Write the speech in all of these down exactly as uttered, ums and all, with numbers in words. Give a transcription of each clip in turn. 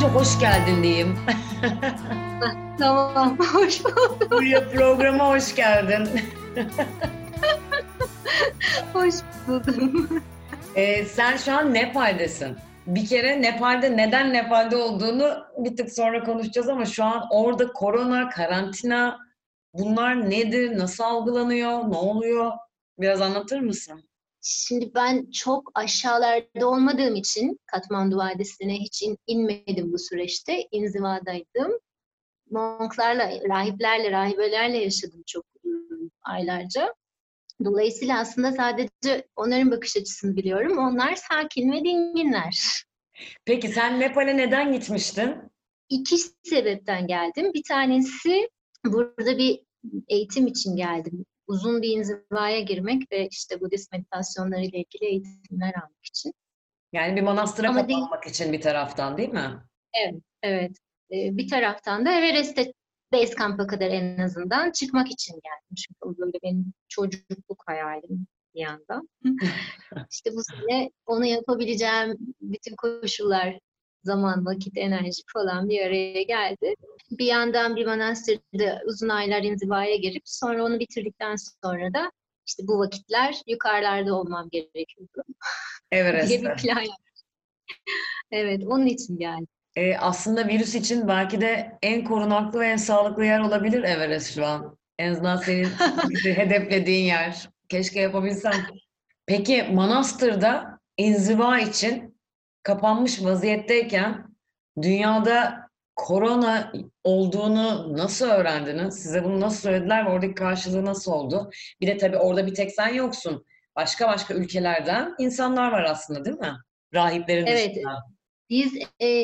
hoş geldin diyeyim. Tamam, hoş bulduk. Buraya programa hoş geldin. Hoş buldum. Ee, sen şu an Nepal'desin. Bir kere Nepal'de neden Nepal'de olduğunu bir tık sonra konuşacağız ama şu an orada korona, karantina bunlar nedir, nasıl algılanıyor, ne oluyor? Biraz anlatır mısın? Şimdi ben çok aşağılarda olmadığım için Katmandu Vadisi'ne hiç in- inmedim bu süreçte. İnzivadaydım. Monklarla, rahiplerle, rahibelerle yaşadım çok ıı, aylarca. Dolayısıyla aslında sadece onların bakış açısını biliyorum. Onlar sakin ve dinginler. Peki sen Nepal'e neden gitmiştin? İki sebepten geldim. Bir tanesi burada bir eğitim için geldim. Uzun bir inzivaya girmek ve işte Budist meditasyonları ile ilgili eğitimler almak için. Yani bir manastıra Ama değil, kapanmak için bir taraftan değil mi? evet, evet. Ee, bir taraftan da Everest'te base camp'a kadar en azından çıkmak için geldim. Çünkü o böyle benim çocukluk hayalim bir yandan. İşte bu sene onu yapabileceğim bütün koşullar, zaman, vakit, enerji falan bir araya geldi. Bir yandan bir manastırda uzun aylar inzivaya girip sonra onu bitirdikten sonra da işte bu vakitler yukarılarda olmam gerekiyordu diye bir Everest'te. plan yaptım. Evet, onun için geldim. Ee, aslında virüs için belki de en korunaklı ve en sağlıklı yer olabilir Everest şu an. En azından senin bizi hedeflediğin yer. Keşke yapabilsem. Peki Manastır'da inziva için kapanmış vaziyetteyken dünyada korona olduğunu nasıl öğrendiniz? Size bunu nasıl söylediler ve oradaki karşılığı nasıl oldu? Bir de tabii orada bir tek sen yoksun. Başka başka ülkelerden insanlar var aslında değil mi? Rahiplerin Evet, dışında. biz e,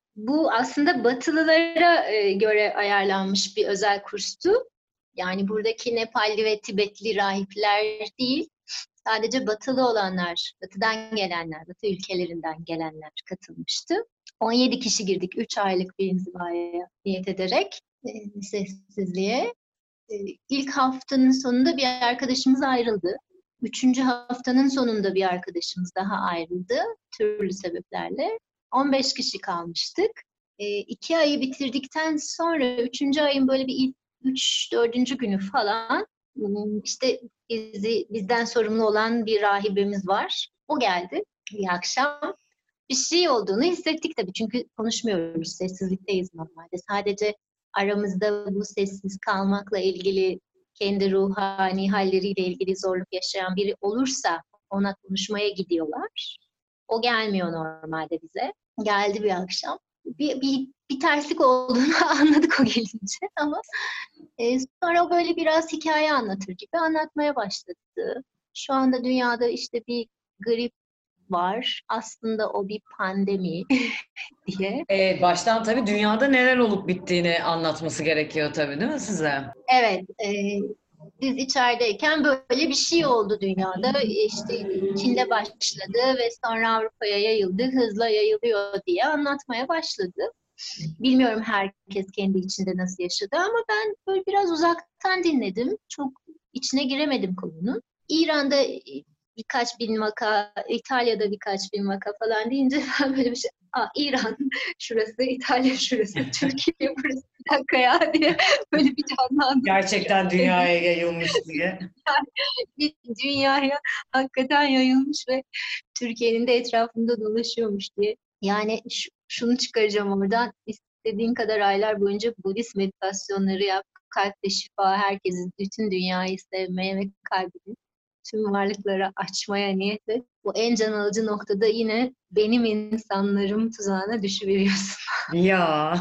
bu aslında Batılılara e, göre ayarlanmış bir özel kurstu. Yani buradaki Nepalli ve Tibetli rahipler değil, sadece Batılı olanlar, Batı'dan gelenler, Batı ülkelerinden gelenler katılmıştı. on yedi kişi girdik, üç aylık bir inzivaya niyet ederek e, sessizliğe. E, ilk haftanın sonunda bir arkadaşımız ayrıldı. Üçüncü haftanın sonunda bir arkadaşımız daha ayrıldı türlü sebeplerle. on beş kişi kalmıştık. E, iki ayı bitirdikten sonra üçüncü ayın böyle bir ilk üç, dördüncü günü falan işte bizi, bizden sorumlu olan bir rahibemiz var. O geldi bir akşam. Bir şey olduğunu hissettik tabii çünkü konuşmuyoruz, sessizlikteyiz normalde. Sadece aramızda bu sessiz kalmakla ilgili kendi ruhani halleriyle ilgili zorluk yaşayan biri olursa ona konuşmaya gidiyorlar. O gelmiyor normalde bize. Geldi bir akşam. Bir, bir, bir terslik olduğunu anladık o gelince ama e, sonra o böyle biraz hikaye anlatır gibi anlatmaya başladı. Şu anda dünyada işte bir grip var. Aslında o bir pandemi diye. Ee, baştan tabii dünyada neler olup bittiğini anlatması gerekiyor tabii değil mi size? Evet, e, biz içerideyken böyle bir şey oldu dünyada. İşte Çin'de başladı ve sonra Avrupa'ya yayıldı, hızla yayılıyor diye anlatmaya başladı. Bilmiyorum herkes kendi içinde nasıl yaşadı ama ben böyle biraz uzaktan dinledim. Çok içine giremedim konunun. İran'da birkaç bin vaka, İtalya'da birkaç bin vaka falan deyince ben böyle bir şey, aa, İran şurası, İtalya şurası, Türkiye burası, bir dakika ya diye böyle bir canlandım. Gerçekten dünyaya yayılmış diye. Bir dünyaya hakikaten yayılmış ve Türkiye'nin de etrafında dolaşıyormuş diye. Yani ş- şunu çıkaracağım oradan. İstediğin kadar aylar boyunca Budist meditasyonları yap. Kalple şifa, herkesin, bütün dünyayı sevmeye ve kalbini tüm varlıklara açmaya niyet et. Bu en can alıcı noktada yine benim insanlarım tuzağına düşüveriyorsun. Ya.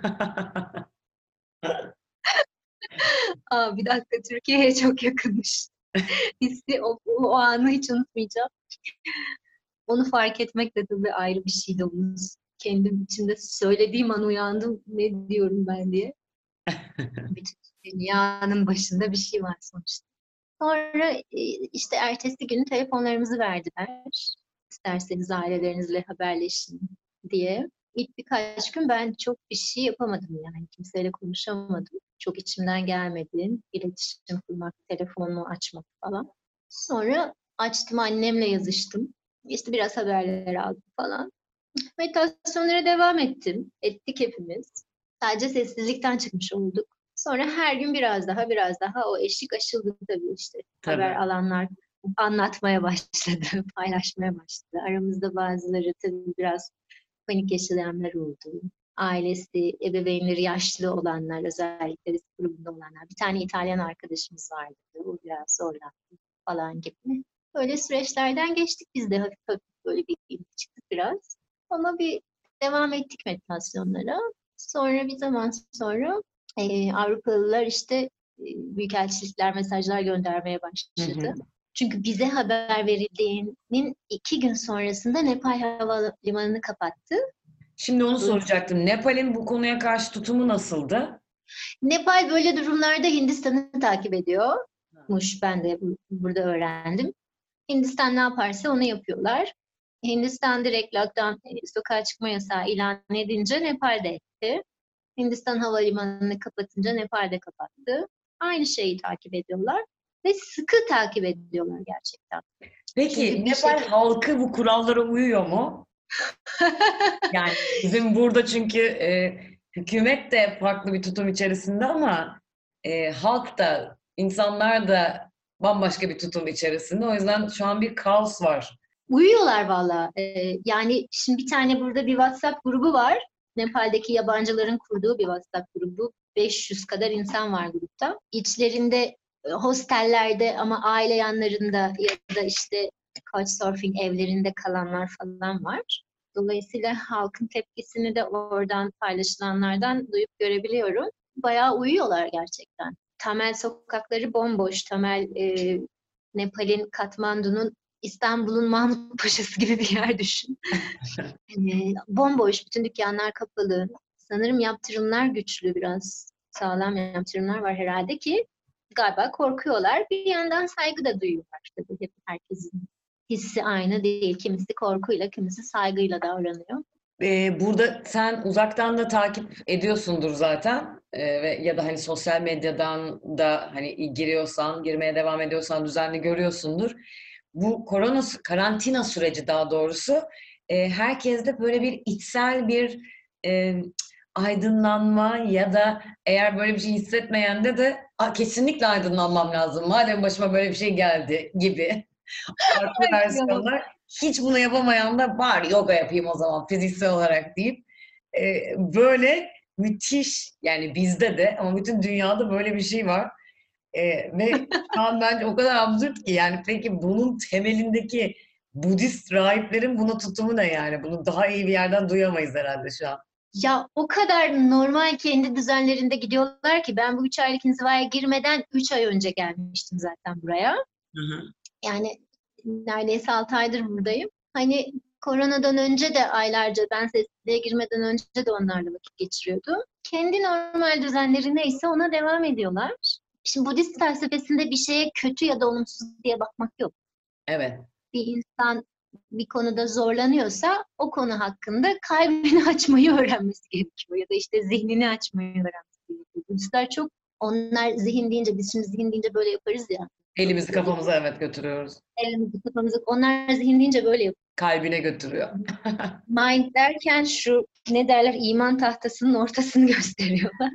Aa, bir dakika, Türkiye'ye çok yakınmış. Hissi o, o anı hiç unutmayacağım. Onu fark etmek de tabii ayrı bir şeydi. Onu kendim içimde söylediğim an uyandım. Ne diyorum ben diye. Bütün dünyanın başında bir şey var sonuçta. Sonra e, işte ertesi gün telefonlarımızı verdiler. İsterseniz ailelerinizle haberleşin diye. İlk birkaç gün ben çok bir şey yapamadım yani. Kimseyle konuşamadım. Çok içimden gelmedi. İletişim kurmak, telefonumu açmak falan. Sonra açtım, annemle yazıştım. İşte biraz haberler aldım falan. Meditasyonlara devam ettim. Ettik hepimiz. Sadece sessizlikten çıkmış olduk. Sonra her gün biraz daha biraz daha o eşik aşıldı tabii işte. Haber Tabii. alanlar anlatmaya başladı, paylaşmaya başladı. Aramızda bazıları tabii biraz panik yaşayanlar oldu. Ailesi, ebeveynleri yaşlı olanlar, özellikle risk grubunda olanlar. Bir tane İtalyan arkadaşımız vardı. O biraz zorlandı falan gibi. Böyle süreçlerden geçtik biz de hafif hafif böyle bir inip çıktık biraz. Ama bir devam ettik meditasyonlara. Sonra bir zaman sonra e, Avrupalılar işte e, büyükelçilikler mesajlar göndermeye Hı hı. başladı. Çünkü bize haber verildiğinin iki gün sonrasında Nepal Havalimanı'nı kapattı. Şimdi onu soracaktım. Nepal'in bu konuya karşı tutumu nasıldı? Nepal böyle durumlarda Hindistan'ı takip ediyormuş. Ben de bu- burada öğrendim. Hindistan ne yaparsa onu yapıyorlar. Hindistan direkt lockdown, e, sokağa çıkma yasağı ilan edince Nepal de etti. Hindistan havalimanını kapatınca Nepal de kapattı. Aynı şeyi takip ediyorlar ve sıkı takip ediyorlar gerçekten. Peki Çünkü bir Nepal şekilde halkı bu kurallara uyuyor mu? Yani bizim burada çünkü e, hükümet de farklı bir tutum içerisinde ama e, halk da, insanlar da bambaşka bir tutum içerisinde. O yüzden şu an bir kaos var. uyuyorlar valla. Ee, yani şimdi bir tane burada bir WhatsApp grubu var. Nepal'deki yabancıların kurduğu bir WhatsApp grubu. beş yüz kadar insan var grupta. İçlerinde e, hostellerde ama aile yanlarında ya da işte couchsurfing evlerinde kalanlar falan var. Dolayısıyla halkın tepkisini de oradan paylaşılanlardan duyup görebiliyorum. Bayağı uyuyorlar gerçekten. Tamel sokakları bomboş. Tamel e, Nepal'in Katmandu'nun İstanbul'un Mahmut Paşa'sı gibi bir yer düşün. Hani bomboş, bütün dükkanlar kapalı. Sanırım yaptırımlar güçlü, biraz sağlam yaptırımlar var herhalde ki galiba korkuyorlar. Bir yandan saygı da duyuyorlar tabii. Hep herkesin hissi aynı değil. Kimisi korkuyla, kimisi saygıyla davranıyor. E, burada sen uzaktan da takip ediyorsundur zaten. E, ve ya da hani sosyal medyadan da hani giriyorsan, girmeye devam ediyorsan düzenli görüyorsundur. Bu korona karantina süreci daha doğrusu e, herkeste böyle bir içsel bir e, aydınlanma ya da eğer böyle bir şey hissetmeyende de "Aa, kesinlikle aydınlanmam lazım. Madem başıma böyle bir şey geldi" gibi farklı versiyonlar. Hiç bunu yapamayan da bari yoga yapayım o zaman fiziksel olarak deyip e, böyle müthiş, yani bizde de ama bütün dünyada böyle bir şey var. E, ve şu an bence o kadar absürt ki, yani peki bunun temelindeki Budist rahiplerin buna tutumu ne yani? Bunu daha iyi bir yerden duyamayız herhalde şu an. Ya o kadar normal kendi düzenlerinde gidiyorlar ki ben bu üç aylık inzivaya girmeden üç ay önce gelmiştim zaten buraya. Hı hı. Yani neredeyse altı aydır buradayım. Hani koronadan önce de aylarca ben sessizliğe girmeden önce de onlarla vakit geçiriyordum. Kendi normal düzenleri neyse ona devam ediyorlar. Şimdi Budist felsefesinde bir şeye kötü ya da olumsuz diye bakmak yok. Evet. Bir insan bir konuda zorlanıyorsa o konu hakkında kalbini açmayı öğrenmesi gerekiyor. Ya da işte zihnini açmayı öğrenmesi gerekiyor. Budistler çok, onlar zihin deyince, biz şimdi zihin deyince böyle yaparız ya. Elimizi kafamıza evet götürüyoruz. Elimizi kafamızı, onlar zihin deyince böyle yapıyor. Kalbine götürüyor. Mind derken şu ne derler, iman tahtasının ortasını gösteriyorlar.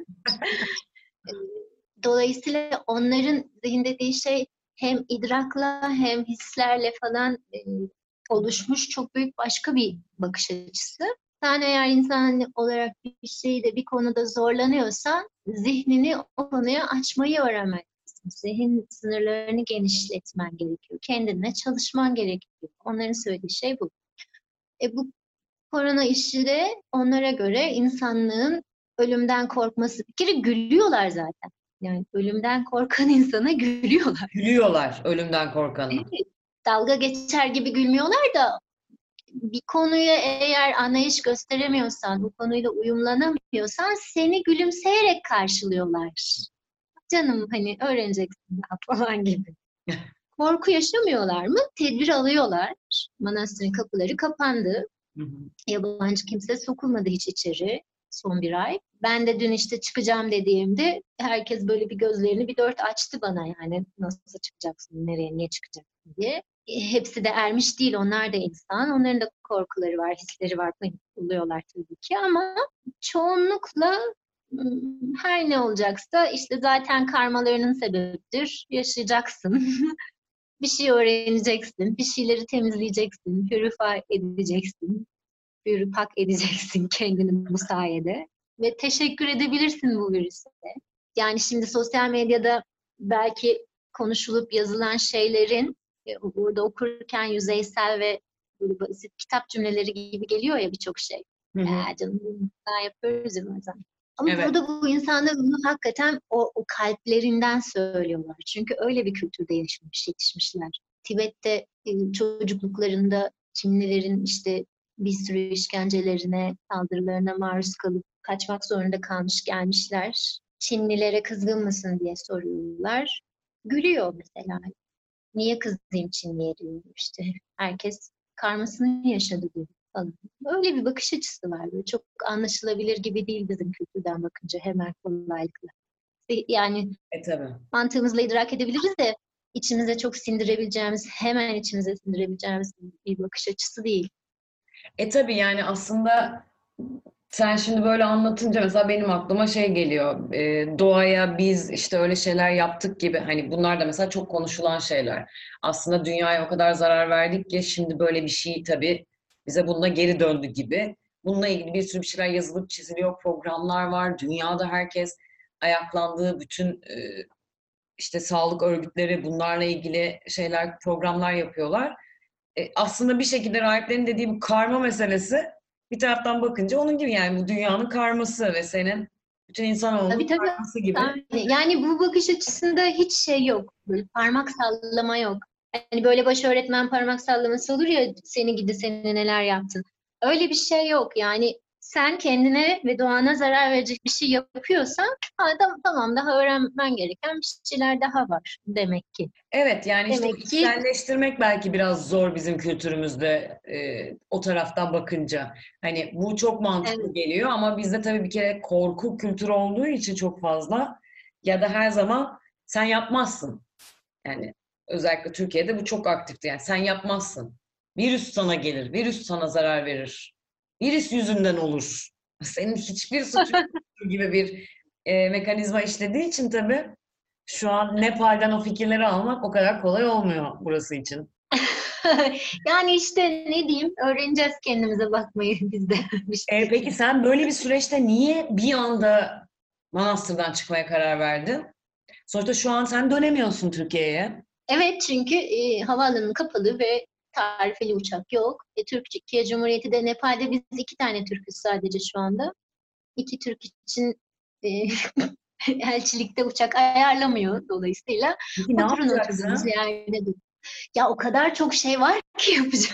Dolayısıyla onların zihin dediği şey hem idrakla hem hislerle falan e, oluşmuş çok büyük başka bir bakış açısı. Sen eğer insan olarak bir şeyde, bir konuda zorlanıyorsan zihnini o konuya açmayı öğrenmen lazım. Zihin sınırlarını genişletmen gerekiyor. Kendine çalışman gerekiyor. Onların söylediği şey bu. E bu korona işi de onlara göre insanlığın ölümden korkması. Bir kere gülüyorlar zaten. Yani ölümden korkan insana gülüyorlar. Gülüyorlar ölümden korkanı. Evet, dalga geçer gibi gülmüyorlar da bir konuya eğer anlayış gösteremiyorsan, bu konuyla uyumlanamıyorsan seni gülümseyerek karşılıyorlar. Canım hani öğreneceksin daha falan gibi. Korku yaşamıyorlar mı? Tedbir alıyorlar. Manastırın kapıları kapandı. Hı hı. Yabancı kimse sokulmadı hiç içeri son bir ay. Ben de dün işte çıkacağım dediğimde herkes böyle bir gözlerini bir dört açtı bana, yani nasıl çıkacaksın, nereye, niye çıkacaksın diye. hepsi de ermiş değil, onlar da insan. Onların da korkuları var, hisleri var, panik oluyorlar tabii ki ama çoğunlukla her ne olacaksa işte zaten karmalarının sebebidir. Yaşayacaksın. Bir şey öğreneceksin. Bir şeyleri temizleyeceksin. Purify edeceksin. Puripak edeceksin kendini bu sayede. Ve teşekkür edebilirsin bu virüse. Yani şimdi sosyal medyada belki konuşulup yazılan şeylerin burada okurken yüzeysel ve böyle basit kitap cümleleri gibi geliyor ya birçok şey. Hı hı. Ya canım daha yapıyoruz ya bazen. Ama Evet. burada bu insanlar bunu hakikaten o, o kalplerinden söylüyorlar. Çünkü öyle bir kültürde yaşamış, yetişmişler. Tibet'te e, çocukluklarında Çinlilerin işte bir sürü işkencelerine, saldırılarına maruz kalıp kaçmak zorunda kalmış gelmişler. Çinlilere kızgın mısın diye soruyorlar. Gülüyor mesela. Niye kızayım Çinliye diyor işte. Herkes karmasını yaşadı diyor falan. Öyle bir bakış açısı var. Böyle çok anlaşılabilir gibi değil bizim kültürden bakınca hemen kolaylıkla. Yani E tabii. mantığımızla idrak edebiliriz de içimize çok sindirebileceğimiz, hemen içimize sindirebileceğimiz bir bakış açısı değil. E tabii yani aslında sen şimdi böyle anlatınca mesela benim aklıma şey geliyor. E, doğaya biz işte öyle şeyler yaptık gibi. Hani bunlar da mesela çok konuşulan şeyler. Aslında dünyaya o kadar zarar verdik ki şimdi böyle bir şey tabii bize bununla geri döndü gibi. Bununla ilgili bir sürü bir şeyler yazılıp çiziliyor, programlar var. Dünyada herkes ayaklandığı bütün e, işte sağlık örgütleri bunlarla ilgili şeyler, programlar yapıyorlar. E, aslında bir şekilde rahiplerin dediği bu karma meselesi bir taraftan bakınca onun gibi yani bu dünyanın karması ve senin bütün insanoğlunun Tabii tabii. karması gibi. Yani bu bakış açısında hiç şey yok. Böyle parmak sallama yok. Hani böyle baş öğretmen parmak sallaması olur ya seni gidi seni neler yaptın. Öyle bir şey yok. Yani sen kendine ve doğana zarar verecek bir şey yapıyorsan ha, tamam daha öğrenmen gereken bir şeyler daha var demek ki. Evet yani işte bu Demek ki içselleştirmek belki biraz zor bizim kültürümüzde e, o taraftan bakınca. Hani bu çok mantıklı evet. geliyor ama bizde tabii bir kere korku kültürü olduğu için çok fazla ya da her zaman sen yapmazsın. Yani özellikle Türkiye'de bu çok aktifti. Yani sen yapmazsın. Virüs sana gelir, virüs sana zarar verir. Virüs yüzünden olur. Senin hiçbir suçun yok gibi bir e, mekanizma işlediği için tabii şu an Nepal'den o fikirleri almak o kadar kolay olmuyor burası için. Yani işte ne diyeyim öğreneceğiz kendimize bakmayı biz de bir E, peki şekilde. sen böyle bir süreçte niye bir anda Manastır'dan çıkmaya karar verdin? Sonuçta şu an sen dönemiyorsun Türkiye'ye. Evet çünkü e, havaalanı kapalı ve tarifeli uçak yok. E, Türkiye Cumhuriyeti de Nepal'de biz iki tane Türk'üz sadece şu anda. İki Türk için e, elçilikte uçak ayarlamıyor dolayısıyla. Peki ne Oturun oturduğunuz yapacaksın? yerde durun. Ya o kadar çok şey var ki yapacağım.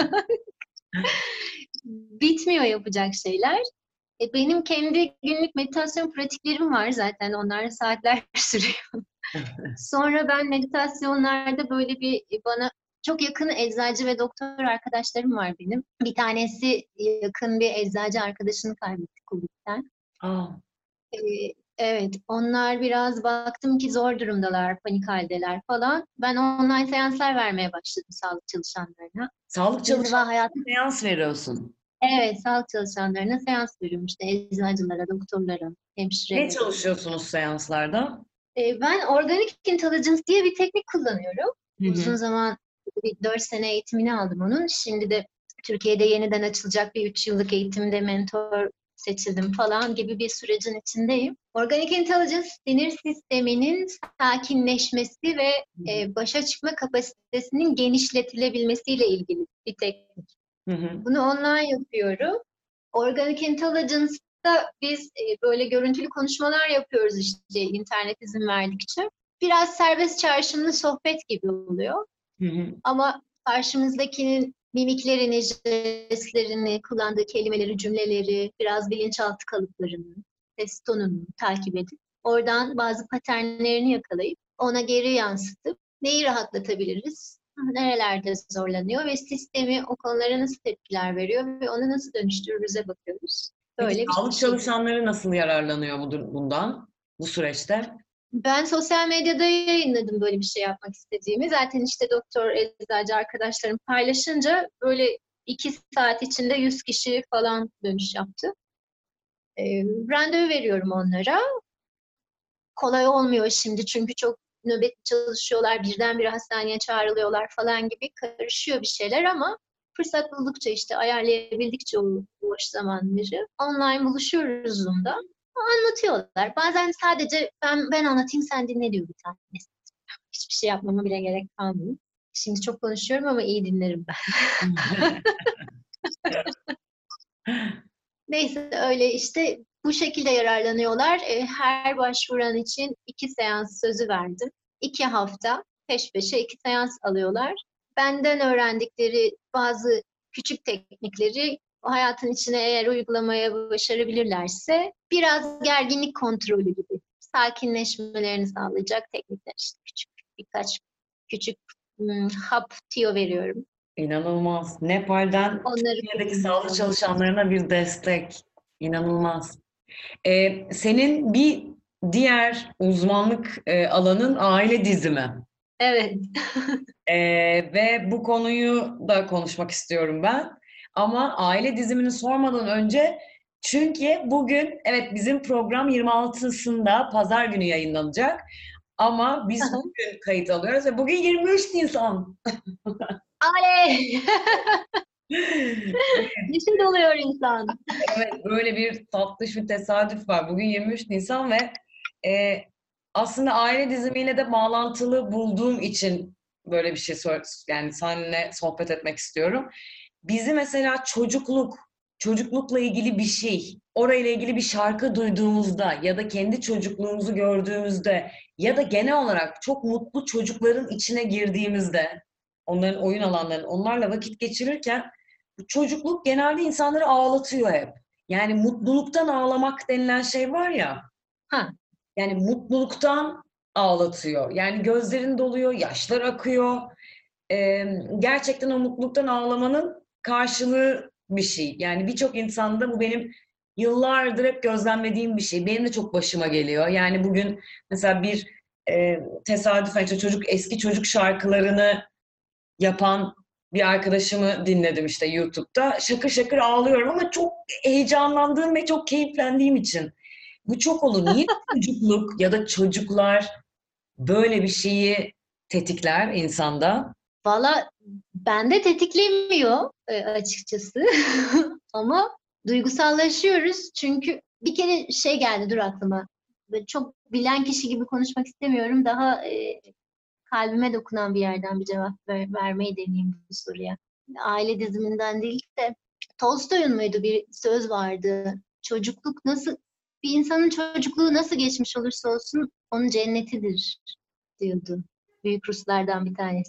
Bitmiyor yapacak şeyler. E, benim kendi günlük meditasyon pratiklerim var zaten. Onlar saatler sürüyor. Sonra ben meditasyonlarda böyle bir bana çok yakın eczacı ve doktor arkadaşlarım var benim. Bir tanesi yakın bir eczacı arkadaşını kaybetti Covid'den. Aa, Ee, evet, onlar biraz baktım ki zor durumdalar, panik haldeler falan. Ben online seanslar vermeye başladım sağlık çalışanlarına. sağlık İnziva çalışanlarına hayatı, seans veriyorsun. evet, sağlık çalışanlarına seans veriyorum işte eczacılara, doktorlara, Ne hemşirelere. çalışıyorsunuz seanslarda? Ee, ben Organic Intelligence diye bir teknik kullanıyorum. Hı Uzun hı. zaman bir dört sene eğitimini aldım onun. Şimdi de Türkiye'de yeniden açılacak bir üç yıllık eğitimde mentor seçildim falan gibi bir sürecin içindeyim. Organic Intelligence sinir sisteminin sakinleşmesi ve e, başa çıkma kapasitesinin genişletilebilmesiyle ilgili bir teknik. Hı hı. Bunu online yapıyorum. Organic Intelligence'da biz e, böyle görüntülü konuşmalar yapıyoruz işte internet izin verdikçe. Biraz serbest çağrışımlı sohbet gibi oluyor. Hı hı. Ama karşımızdakinin mimiklerini, jestlerini, kullandığı kelimeleri, cümleleri, biraz bilinçaltı kalıplarını, ses tonunu takip edip oradan bazı paternlerini yakalayıp ona geri yansıtıp neyi rahatlatabiliriz, nerelerde zorlanıyor ve sistemi o konulara nasıl tepkiler veriyor ve onu nasıl dönüştürürüze bakıyoruz. Peki Böyle bir sağlık şey. çalışanları nasıl yararlanıyor bu- bundan, bu süreçte? Ben sosyal medyada yayınladım böyle bir şey yapmak istediğimi. Zaten işte doktor, eczacı arkadaşlarım paylaşınca böyle iki saat içinde yüz kişi falan dönüş yaptı. E, randevu veriyorum onlara. Kolay olmuyor şimdi çünkü çok nöbetli çalışıyorlar, birdenbire hastaneye çağrılıyorlar falan gibi karışıyor bir şeyler ama fırsat buldukça işte ayarlayabildikçe o boş zamanları online buluşuyoruz Zoom'da. Anlatıyorlar. Bazen sadece ben ben anlatayım sen dinle diyor bir tanesi. Hiçbir şey yapmama bile gerek kalmıyor. Şimdi çok konuşuyorum ama iyi dinlerim ben. Neyse öyle işte bu şekilde yararlanıyorlar. E, Her başvuran için iki seans sözü verdim. İki hafta peş peşe iki seans alıyorlar. Benden öğrendikleri bazı küçük teknikleri hayatın içine eğer uygulamaya başarabilirlerse biraz gerginlik kontrolü gibi sakinleşmelerini sağlayacak teknikler işte küçük birkaç küçük hmm, hap tiyo veriyorum. İnanılmaz. Nepal'den Onları Türkiye'deki sağlık kullanıyorlar. çalışanlarına bir destek. İnanılmaz. Ee, senin bir diğer uzmanlık e, alanın aile dizimi. Evet. Ee, ve bu konuyu da konuşmak istiyorum ben. Ama aile dizimini sormadan önce çünkü bugün evet bizim program yirmi altısında Pazar günü yayınlanacak. Ama biz bugün kayıt alıyoruz ve bugün yirmi üç Nisan. Oley! Neşe doluyor insan. Evet, böyle bir tatlış bir tesadüf var. Bugün yirmi üç Nisan ve e, aslında aile dizimiyle de bağlantılı bulduğum için böyle bir şey sor yani seninle sohbet etmek istiyorum. Bizi mesela çocukluk, çocuklukla ilgili bir şey, orayla ilgili bir şarkı duyduğumuzda ya da kendi çocukluğumuzu gördüğümüzde ya da genel olarak çok mutlu çocukların içine girdiğimizde, onların oyun alanlarını, onlarla vakit geçirirken bu çocukluk genelde insanları ağlatıyor hep. Yani mutluluktan ağlamak denilen şey var ya, Ha, yani mutluluktan ağlatıyor. Yani gözlerin doluyor, yaşlar akıyor. Ee, gerçekten o mutluluktan ağlamanın karşılığı bir şey. Yani birçok insanda bu benim yıllardır hep gözlemlediğim bir şey. Benim de çok başıma geliyor. Yani bugün mesela bir e, tesadüfen işte çocuk eski çocuk şarkılarını yapan bir arkadaşımı dinledim işte YouTube'da. Şakır şakır ağlıyorum ama çok heyecanlandığım ve çok keyiflendiğim için. Bu çok olur. Niye çocukluk ya da çocuklar böyle bir şeyi tetikler insanda? valla bende tetiklemiyor e, açıkçası. Ama duygusallaşıyoruz çünkü bir kere şey geldi dur aklıma. Böyle çok bilen kişi gibi konuşmak istemiyorum. Daha e, kalbime dokunan bir yerden bir cevap ver- vermeyi deneyeyim bu soruya. Aile diziminden değil de Tolstoy'un muydu bir söz vardı. Çocukluk nasıl bir insanın çocukluğu nasıl geçmiş olursa olsun onun cennetidir diyordu. Büyük Ruslardan bir tanesi.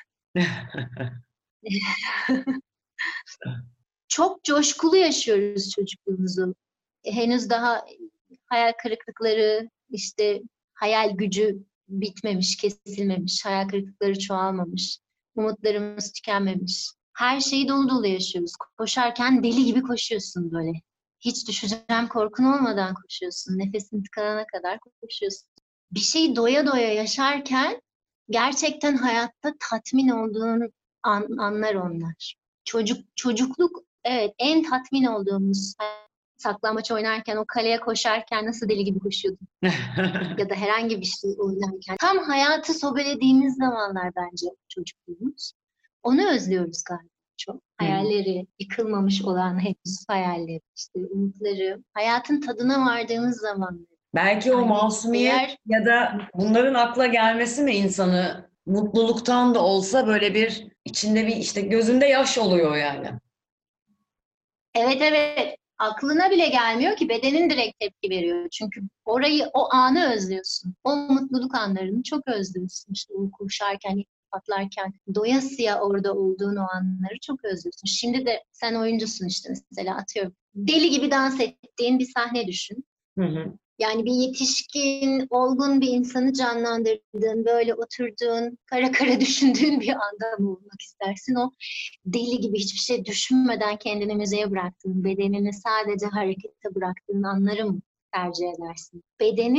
Çok coşkulu yaşıyoruz çocukluğumuzu. Henüz daha hayal kırıklıkları, işte hayal gücü bitmemiş, kesilmemiş, hayal kırıklıkları çoğalmamış, umutlarımız tükenmemiş. Her şeyi dolu dolu yaşıyoruz. Koşarken deli gibi koşuyorsun böyle. Hiç düşeceğim korkun olmadan koşuyorsun. Nefesin tıkanana kadar koşuyorsun. Bir şeyi doya doya yaşarken gerçekten hayatta tatmin olduğun an- anlar onlar. Çocuk çocukluk evet en tatmin olduğumuz saklambaç oynarken o kaleye koşarken nasıl deli gibi koşuyordum ya da herhangi bir şey oynarken tam hayatı sobelediğimiz zamanlar bence çocukluğumuz. Onu özlüyoruz galiba çok. Hayalleri, yıkılmamış olan henüz hayalleri, işte umutları, hayatın tadına vardığımız zamanlar. Belki o Yani masumiyet eğer ya da bunların akla gelmesi mi insanı mutluluktan da olsa böyle bir içinde bir işte gözünde yaş oluyor yani. evet evet aklına bile gelmiyor ki bedenin direkt tepki veriyor. Çünkü orayı o anı özlüyorsun. O mutluluk anlarını çok özlüyorsun. İşte o koşarken, patlarken, doyasıya orada olduğun o anları çok özlüyorsun. Şimdi de sen oyuncusun işte mesela atıyorum. Deli gibi dans ettiğin bir sahne düşün. Hı hı. Yani bir yetişkin, olgun bir insanı canlandırdığın, böyle oturduğun, kara kara düşündüğün bir anda mı olmak istersin? O deli gibi hiçbir şey düşünmeden kendini müzeye bıraktığın, bedenini sadece harekete bıraktığın anları mı tercih edersin? Bedenin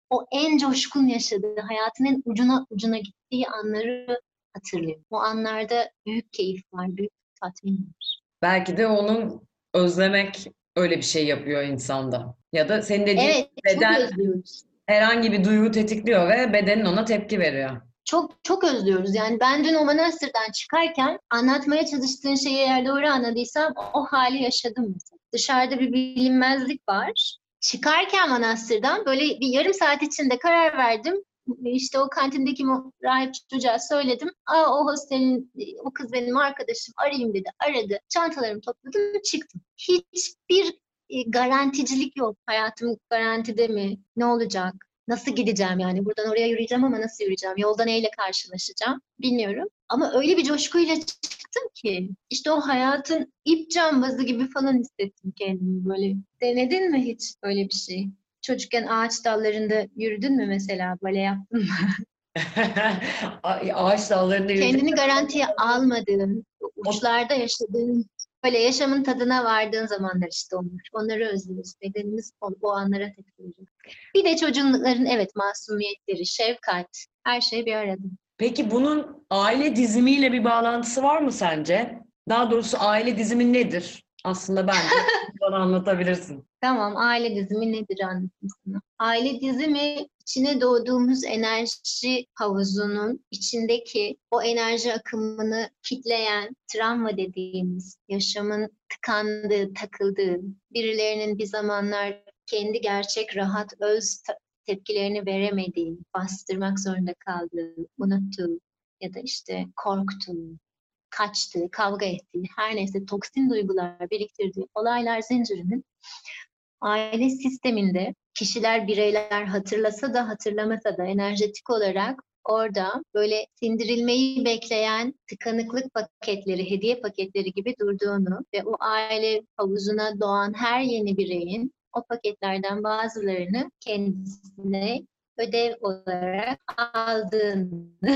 o en coşkun yaşadığı, hayatının en ucuna ucuna gittiği anları hatırlıyor. O anlarda büyük keyif var, büyük tatmin var. Belki de onu özlemek öyle bir şey yapıyor insanda. Ya da senin dediğin Evet, çok beden özlüyoruz. herhangi bir duygu tetikliyor ve bedenin ona tepki veriyor. Çok çok özlüyoruz. Yani ben dün o manastırdan çıkarken anlatmaya çalıştığın şeyi eğer doğru anladıysam o hali yaşadım mesela. Dışarıda bir bilinmezlik var. Çıkarken manastırdan böyle bir yarım saat içinde karar verdim. İşte o kantindeki rahip çocuğa söyledim. Aa, o hostelin, o kız benim arkadaşım, arayayım dedi. Aradı. Çantalarımı topladım, çıktım. Hiçbir e, garanticilik yok. Hayatım garantide mi? Ne olacak? Nasıl gideceğim yani? Buradan oraya yürüyeceğim ama nasıl yürüyeceğim? Yolda neyle karşılaşacağım? Bilmiyorum. Ama öyle bir coşkuyla çıktım ki işte o hayatın ip cambazı gibi falan hissettim kendimi böyle. Denedin mi hiç öyle bir şey? Çocukken ağaç dallarında yürüdün mü mesela? Böyle yaptın mı? Ay, ağaç dallarında yürüdüm. Kendini garantiye almadığın, uçlarda yaşadığın, böyle yaşamın tadına vardığın zamanlar işte onlar. Onları özlüyoruz. Bedenimiz o, o anlara tekrar. Bir de çocukların evet masumiyetleri, şefkat, her şey bir arada. Peki bunun aile dizimiyle bir bağlantısı var mı sence? Daha doğrusu aile dizimi nedir? Aslında bence bana anlatabilirsin. Tamam, aile dizimi nedir anlatayım sana. Aile dizimi içine doğduğumuz enerji havuzunun içindeki o enerji akımını kitleyen travma dediğimiz yaşamın tıkandığı, takıldığı, birilerinin bir zamanlar kendi gerçek, rahat, öz ta- tepkilerini veremediği, bastırmak zorunda kaldığı, unuttuğu ya da işte korktuğu, kaçtığı, kavga ettiği, her neyse toksin duygular biriktirdiği olaylar zincirinin aile sisteminde kişiler, bireyler hatırlasa da hatırlamasa da enerjetik olarak orada böyle sindirilmeyi bekleyen tıkanıklık paketleri, hediye paketleri gibi durduğunu ve o aile havuzuna doğan her yeni bireyin o paketlerden bazılarını kendisine ödev olarak aldığını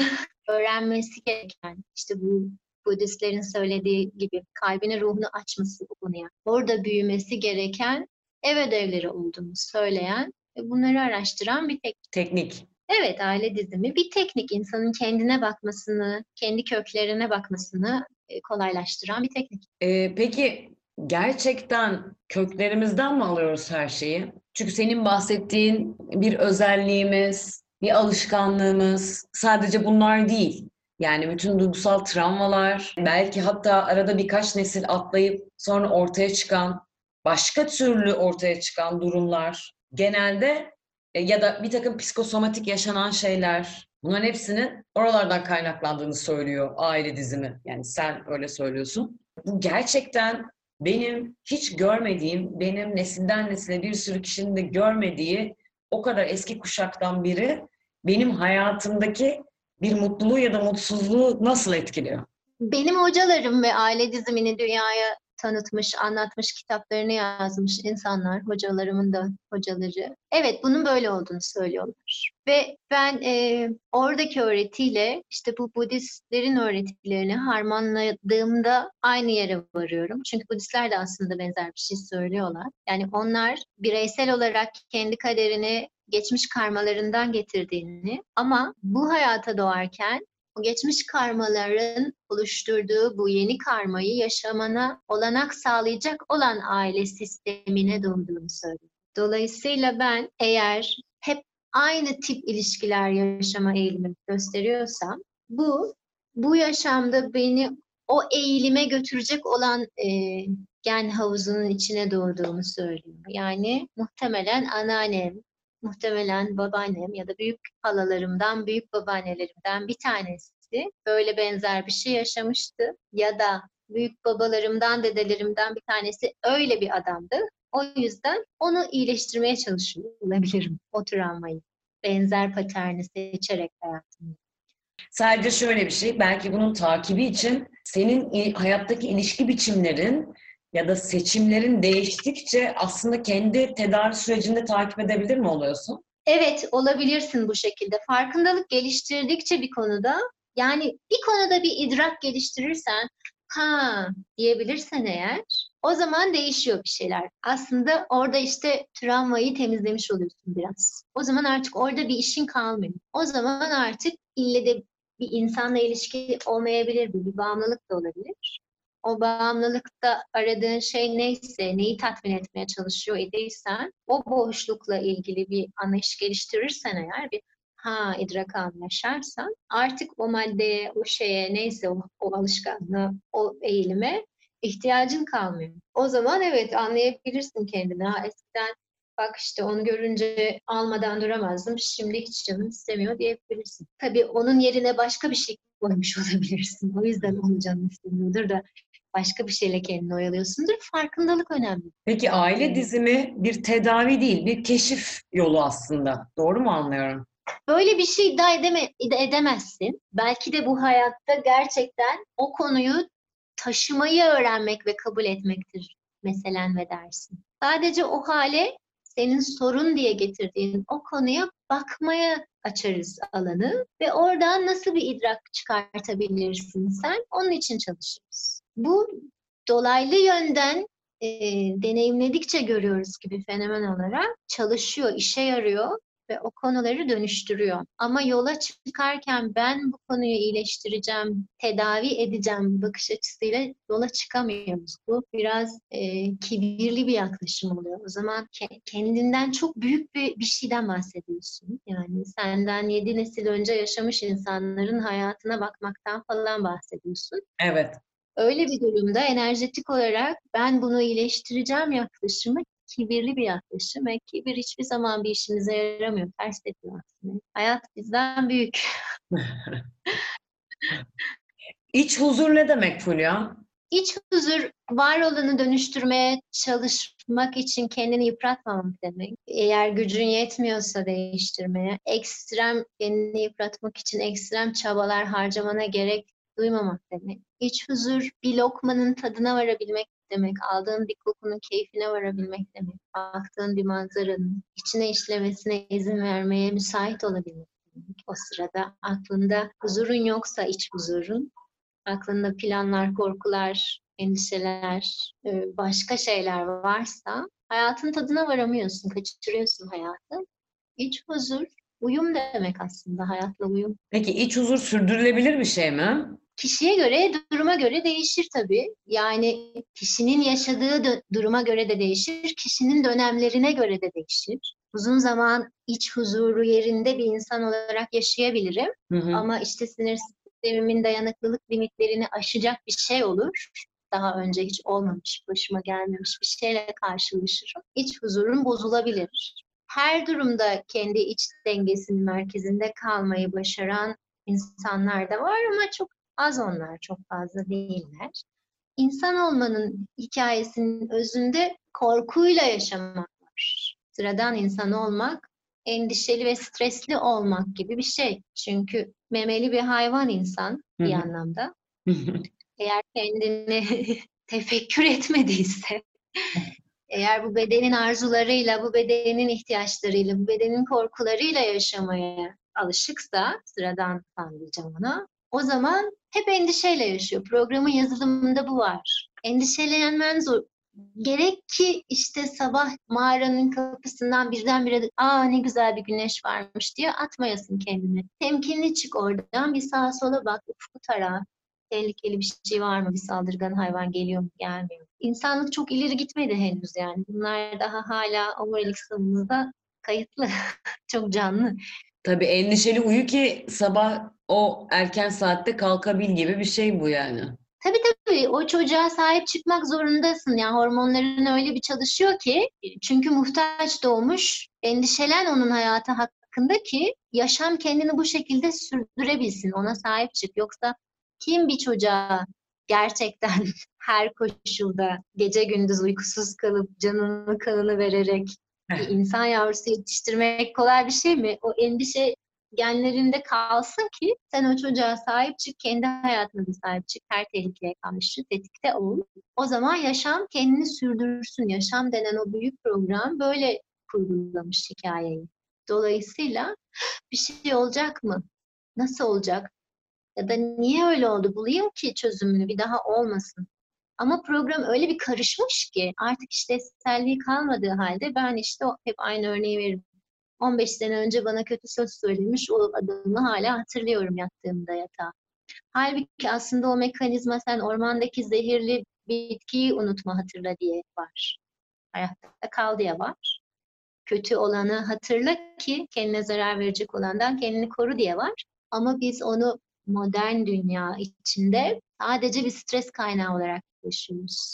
öğrenmesi gereken, işte bu Budistlerin söylediği gibi kalbini, ruhunu açması bu konuya. Orada büyümesi gereken ev ödevleri olduğunu söyleyen ve bunları araştıran bir teknik. Teknik. Evet, aile dizimi bir teknik. İnsanın kendine bakmasını, kendi köklerine bakmasını e, kolaylaştıran bir teknik. Ee, peki gerçekten köklerimizden mi alıyoruz her şeyi? Çünkü senin bahsettiğin bir özelliğimiz, bir alışkanlığımız sadece bunlar değil. Yani bütün duygusal travmalar, belki hatta arada birkaç nesil atlayıp sonra ortaya çıkan, başka türlü ortaya çıkan durumlar genelde e, ya da bir takım psikosomatik yaşanan şeyler, bunların hepsinin oralardan kaynaklandığını söylüyor aile dizimi. Yani sen öyle söylüyorsun. Bu gerçekten benim hiç görmediğim, benim nesilden nesile bir sürü kişinin de görmediği o kadar eski kuşaktan biri benim hayatımdaki bir mutluluğu ya da mutsuzluğu nasıl etkiliyor? Benim hocalarım ve aile dizimini dünyaya tanıtmış, anlatmış, kitaplarını yazmış insanlar, hocalarımın da hocaları. Evet, bunun böyle olduğunu söylüyorlar. Ve ben e, oradaki öğretiyle işte bu Budistlerin öğretilerini harmanladığımda aynı yere varıyorum. Çünkü Budistler de aslında benzer bir şey söylüyorlar. Yani onlar bireysel olarak kendi kaderini geçmiş karmalarından getirdiğini ama bu hayata doğarken o geçmiş karmaların oluşturduğu bu yeni karmayı yaşamana olanak sağlayacak olan aile sistemine doğduğunu söylüyor. Dolayısıyla ben eğer hep aynı tip ilişkiler yaşama eğilimi gösteriyorsam bu bu yaşamda beni o eğilime götürecek olan e, gen havuzunun içine doğduğumu söylüyor. Yani muhtemelen anneannem, muhtemelen babaannem ya da büyük halalarımdan, büyük babaannelerimden bir tanesi böyle benzer bir şey yaşamıştı. Ya da büyük babalarımdan, dedelerimden bir tanesi öyle bir adamdı. O yüzden onu iyileştirmeye çalışıyor olabilirim, o travmayı. Benzer paterni seçerek hayatımda. Sadece şöyle bir şey, belki bunun takibi için senin i- hayattaki ilişki biçimlerin ya da seçimlerin değiştikçe aslında kendi tedavi sürecinde takip edebilir mi oluyorsun? Evet, olabilirsin bu şekilde. Farkındalık geliştirdikçe bir konuda, yani bir konuda bir idrak geliştirirsen, ha diyebilirsen eğer, O zaman değişiyor bir şeyler. Aslında orada işte travmayı temizlemiş oluyorsun biraz. O zaman artık orada bir işin kalmıyor. O zaman artık ille de bir insanla ilişki olmayabilir, bir, bir bağımlılık da olabilir. O bağımlılıkta aradığın şey neyse, neyi tatmin etmeye çalışıyor idiysen, o boşlukla ilgili bir anlayış geliştirirsen eğer, bir ha idrak anı yaşarsan, artık o maddeye, o şeye, neyse o, o alışkanlığa, o eğilime ihtiyacın kalmıyor. O zaman evet anlayabilirsin kendini. Ha, eskiden bak işte onu görünce almadan duramazdım. Şimdi hiç canım istemiyor diyebilirsin. Tabii onun yerine başka bir şey koymuş olabilirsin. O yüzden onu canım istemiyordur da başka bir şeyle kendini oyalıyorsundur. Farkındalık önemli. Peki aile dizimi bir tedavi değil, bir keşif yolu aslında. Doğru mu anlıyorum? Böyle bir şey iddia edeme, edemezsin. Belki de bu hayatta gerçekten o konuyu taşımayı öğrenmek ve kabul etmektir meselen ve dersin. Sadece o hale senin sorun diye getirdiğin o konuya bakmaya açarız alanı ve oradan nasıl bir idrak çıkartabilirsin sen, onun için çalışırız. Bu dolaylı yönden e, deneyimledikçe görüyoruz gibi fenomen olarak çalışıyor, işe yarıyor ve o konuları dönüştürüyor. Ama yola çıkarken ben bu konuyu iyileştireceğim, tedavi edeceğim bakış açısıyla yola çıkamıyoruz. Bu biraz e, kibirli bir yaklaşım oluyor. O zaman ke- kendinden çok büyük bir, bir şeyden bahsediyorsun. Yani senden yedi nesil önce yaşamış insanların hayatına bakmaktan falan bahsediyorsun. Evet. Öyle bir durumda enerjetik olarak ben bunu iyileştireceğim yaklaşımı kibirli bir yaklaşım ve kibir hiçbir zaman bir işimize yaramıyor. Ters ediyor aslında. Hayat bizden büyük. İç huzur ne demek Fulya? İç huzur, var olanı dönüştürmeye çalışmak için kendini yıpratmamak demek. Eğer gücün yetmiyorsa değiştirmeye, ekstrem kendini yıpratmak için ekstrem çabalar harcamana gerek duymamak demek. İç huzur, bir lokmanın tadına varabilmek demek. Aldığın bir kokunun keyfine varabilmek demek. Baktığın bir manzaranın içine işlemesine izin vermeye müsait olabilmek demek. O sırada aklında huzurun yoksa, iç huzurun, aklında planlar, korkular, endişeler, e, başka şeyler varsa hayatın tadına varamıyorsun, kaçırıyorsun hayatı. İç huzur, uyum demek aslında, hayatla uyum. Peki iç huzur sürdürülebilir bir şey mi? Kişiye göre, duruma göre değişir tabii. Yani kişinin yaşadığı dö- duruma göre de değişir, kişinin dönemlerine göre de değişir. Uzun zaman iç huzuru yerinde bir insan olarak yaşayabilirim. Hı hı. Ama işte sinir sistemimin dayanıklılık limitlerini aşacak bir şey olur. Daha önce hiç olmamış, başıma gelmemiş bir şeyle karşılaşırım. İç huzurum bozulabilir. Her durumda kendi iç dengesinin merkezinde kalmayı başaran insanlar da var ama çok az, onlar çok fazla değiller. İnsan olmanın hikayesinin özünde korkuyla yaşamak var. Sıradan insan olmak, endişeli ve stresli olmak gibi bir şey. Çünkü memeli bir hayvan insan Hı bir hı. anlamda. Hı hı. Eğer kendini tefekkür etmediyse, eğer bu bedenin arzularıyla, bu bedenin ihtiyaçlarıyla, bu bedenin korkularıyla yaşamaya alışıksa, sıradan insan diyeceğim ona, o zaman hep endişeyle yaşıyor. Programın yazılımında bu var. Endişelenmen zor. Gerek ki işte sabah mağaranın kapısından birdenbire aa ne güzel bir güneş varmış diye atmayasın kendini. Temkinli çık oradan, bir sağa sola bak, ufku tara. Tehlikeli bir şey var mı? Bir saldırgan hayvan geliyor mu, gelmiyor mu? İnsanlık çok ileri gitmedi henüz yani. Bunlar daha hala omurilik sıvımızda kayıtlı. Çok canlı. Tabii endişeli uyu ki sabah o erken saatte kalkabil gibi bir şey bu yani. Tabii tabii, o çocuğa sahip çıkmak zorundasın. Yani hormonların öyle bir çalışıyor ki, çünkü muhtaç doğmuş, endişelen onun hayatı hakkında ki yaşam kendini bu şekilde sürdürebilsin. Ona sahip çık. Yoksa kim bir çocuğa gerçekten her koşulda gece gündüz uykusuz kalıp canını kanını vererek bir insan yavrusu yetiştirmek kolay bir şey mi? O endişe genlerinde kalsın ki sen o çocuğa sahip çık, kendi hayatına da sahip çık, her tehlikeye karşı tetikte ol. O zaman yaşam kendini sürdürsün. Yaşam denen o büyük program böyle kurgulamış hikayeyi. Dolayısıyla bir şey olacak mı? Nasıl olacak? Ya da niye öyle oldu? Bulayım ki çözümünü, bir daha olmasın. Ama program öyle bir karışmış ki artık işlevselliği kalmadığı halde ben işte o- hep aynı örneği veririm. on beş sene önce bana kötü söz söylemiş o adamı hala hatırlıyorum yattığımda yatağa. Halbuki aslında o mekanizma sen ormandaki zehirli bitkiyi unutma hatırla diye var. Hayatta kal diye var. Kötü olanı hatırla ki kendine zarar verecek olandan kendini koru diye var. Ama biz onu modern dünya içinde sadece bir stres kaynağı olarak yaşıyoruz.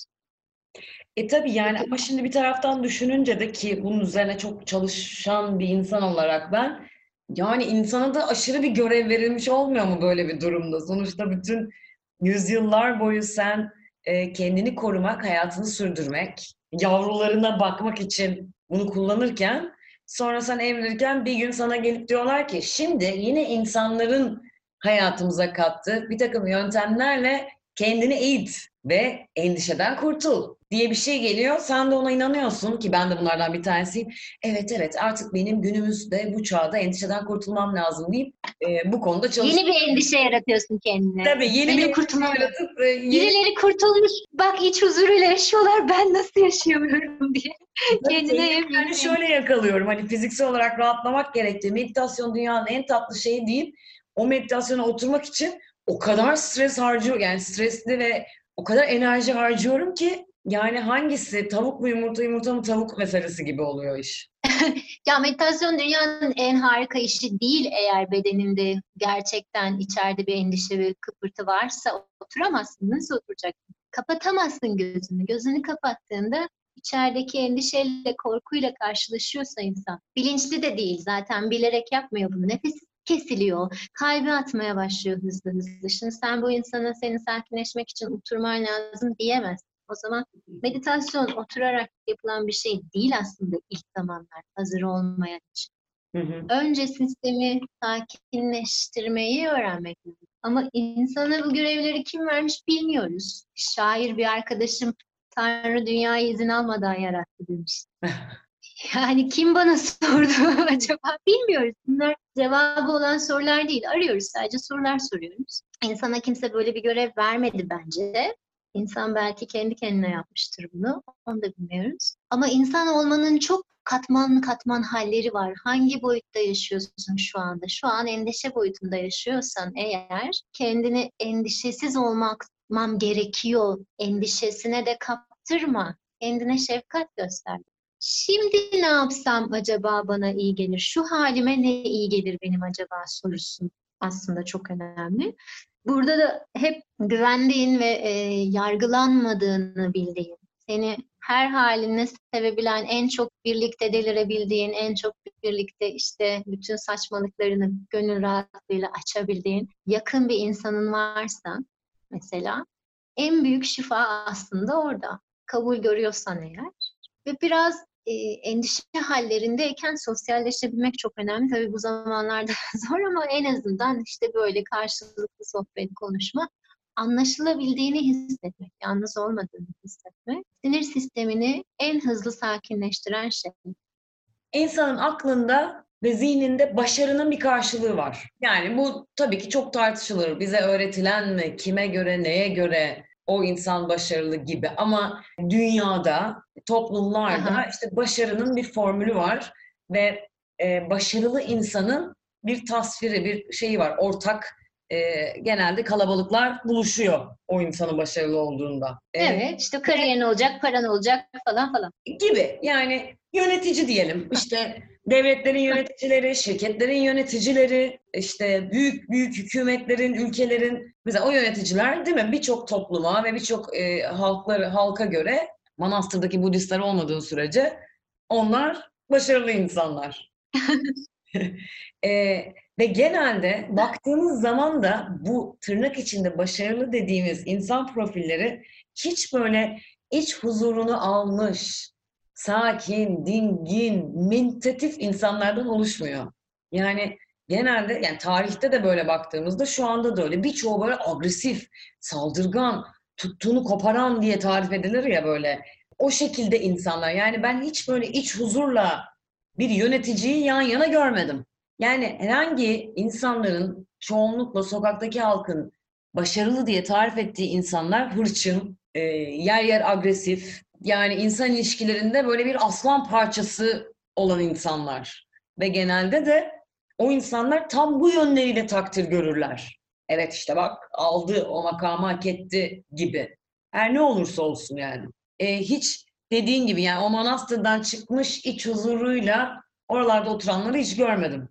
E tabii yani Peki, ama şimdi bir taraftan düşününce de ki bunun üzerine çok çalışan bir insan olarak ben yani insana da aşırı bir görev verilmiş olmuyor mu böyle bir durumda? Sonuçta bütün yüzyıllar boyu sen e, kendini korumak, hayatını sürdürmek, yavrularına bakmak için bunu kullanırken sonra sen evlenirken bir gün sana gelip diyorlar ki şimdi yine insanların hayatımıza kattığı bir takım yöntemlerle kendini eğit ve endişeden kurtul diye bir şey geliyor. Sen de ona inanıyorsun ki ben de bunlardan bir tanesiyim. Evet evet artık benim günümüzde bu çağda endişeden kurtulmam lazım deyip e, bu konuda yeni çalışıyorum. bir endişe yaratıyorsun kendine. Tabii yeni bir Benim endişe kurtulmam lazım. yaratıp e, yeni Birileri kurtulmuş, bak iç huzuruyla yaşıyorlar, ben nasıl yaşayamıyorum diye. tabii Kendine kendimi hep yeni yani bir şöyle endişe. yakalıyorum. Hani fiziksel olarak rahatlamak gerektiği meditasyon dünyanın en tatlı şeyi değil. O meditasyona oturmak için o kadar stres harcıyorum. Yani stresli ve o kadar enerji harcıyorum ki yani hangisi tavuk mu yumurta yumurta mı tavuk meselesi gibi oluyor iş. Ya meditasyon dünyanın en harika işi değil eğer bedeninde gerçekten içeride bir endişe ve kıpırtı varsa oturamazsın. Nasıl oturacaksın? Kapatamazsın gözünü. Gözünü kapattığında içerideki endişeyle, korkuyla karşılaşıyorsa insan. Bilinçli de değil zaten bilerek yapmıyor bunu. Nefes kesiliyor. Kalbi atmaya başlıyor hızlı hızlı. Şimdi sen bu insana senin sakinleşmek için oturman lazım diyemezsin. O zaman meditasyon oturarak yapılan bir şey değil aslında ilk zamanlar hazır olmayan için. Hı hı. Önce sistemi sakinleştirmeyi öğrenmek lazım. Ama insana bu görevleri kim vermiş bilmiyoruz. Şair bir arkadaşım Tanrı dünyayı izin almadan yarattı demiş. Yani kim bana sordu acaba bilmiyoruz. Bunlar cevabı olan sorular değil. Arıyoruz sadece sorular soruyoruz. İnsana kimse böyle bir görev vermedi bence. İnsan belki kendi kendine yapmıştır bunu. Onu da bilmiyoruz. Ama insan olmanın çok katman katman halleri var. Hangi boyutta yaşıyorsun şu anda? Şu an endişe boyutunda yaşıyorsan eğer kendini endişesiz olmam gerekiyor endişesine de kaptırma. Kendine şefkat göster. Şimdi ne yapsam acaba bana iyi gelir? Şu halime ne iyi gelir benim acaba sorusu aslında çok önemli. Burada da hep güvendiğin ve e, yargılanmadığını bildiğin, seni her haline sevebilen, en çok birlikte delirebildiğin, en çok birlikte işte bütün saçmalıklarını gönül rahatlığıyla açabildiğin yakın bir insanın varsa mesela en büyük şifa aslında orada. Kabul görüyorsan eğer. Ve biraz e, endişe hallerindeyken sosyalleşebilmek çok önemli. Tabii bu zamanlarda zor ama en azından işte böyle karşılıklı sohbet, konuşma, anlaşılabildiğini hissetmek, yalnız olmadığını hissetmek, sinir sistemini en hızlı sakinleştiren şey. İnsanın aklında ve zihninde başarının bir karşılığı var. Yani bu tabii ki çok tartışılır. Bize öğretilen mi, kime göre, neye göre o insan başarılı gibi. Ama dünyada, toplumlarda Aha, işte başarının bir formülü var ve e, başarılı insanın bir tasviri, bir şeyi var. Ortak e, genelde kalabalıklar buluşuyor o insanın başarılı olduğunda. E, evet, işte kariyerin olacak, paran olacak falan falan. gibi yani yönetici diyelim işte devletlerin yöneticileri, şirketlerin yöneticileri, işte büyük büyük hükümetlerin, ülkelerin mesela o yöneticiler değil mi birçok topluma ve birçok e, halkları halka göre Manastır'daki Budistler olmadığı sürece onlar başarılı insanlar. E, Ve genelde baktığınız zaman da bu tırnak içinde başarılı dediğimiz insan profilleri hiç böyle iç huzurunu almış, sakin, dingin, meditatif insanlardan oluşmuyor. Yani genelde yani tarihte de böyle baktığımızda şu anda da öyle. Birçoğu böyle agresif, saldırgan, tuttuğunu koparan diye tarif edilir ya böyle. O şekilde insanlar. Yani ben hiç böyle iç huzurla bir yöneticiyi yan yana görmedim. Yani herhangi insanların çoğunlukla sokaktaki halkın başarılı diye tarif ettiği insanlar hırçın, e, yer yer agresif. Yani insan ilişkilerinde böyle bir aslan parçası olan insanlar. Ve genelde de o insanlar tam bu yönleriyle takdir görürler. Evet işte bak aldı o makamı hak etti gibi. Her ne olursa olsun yani. E, hiç dediğin gibi yani o manastırdan çıkmış iç huzuruyla oralarda oturanları hiç görmedim.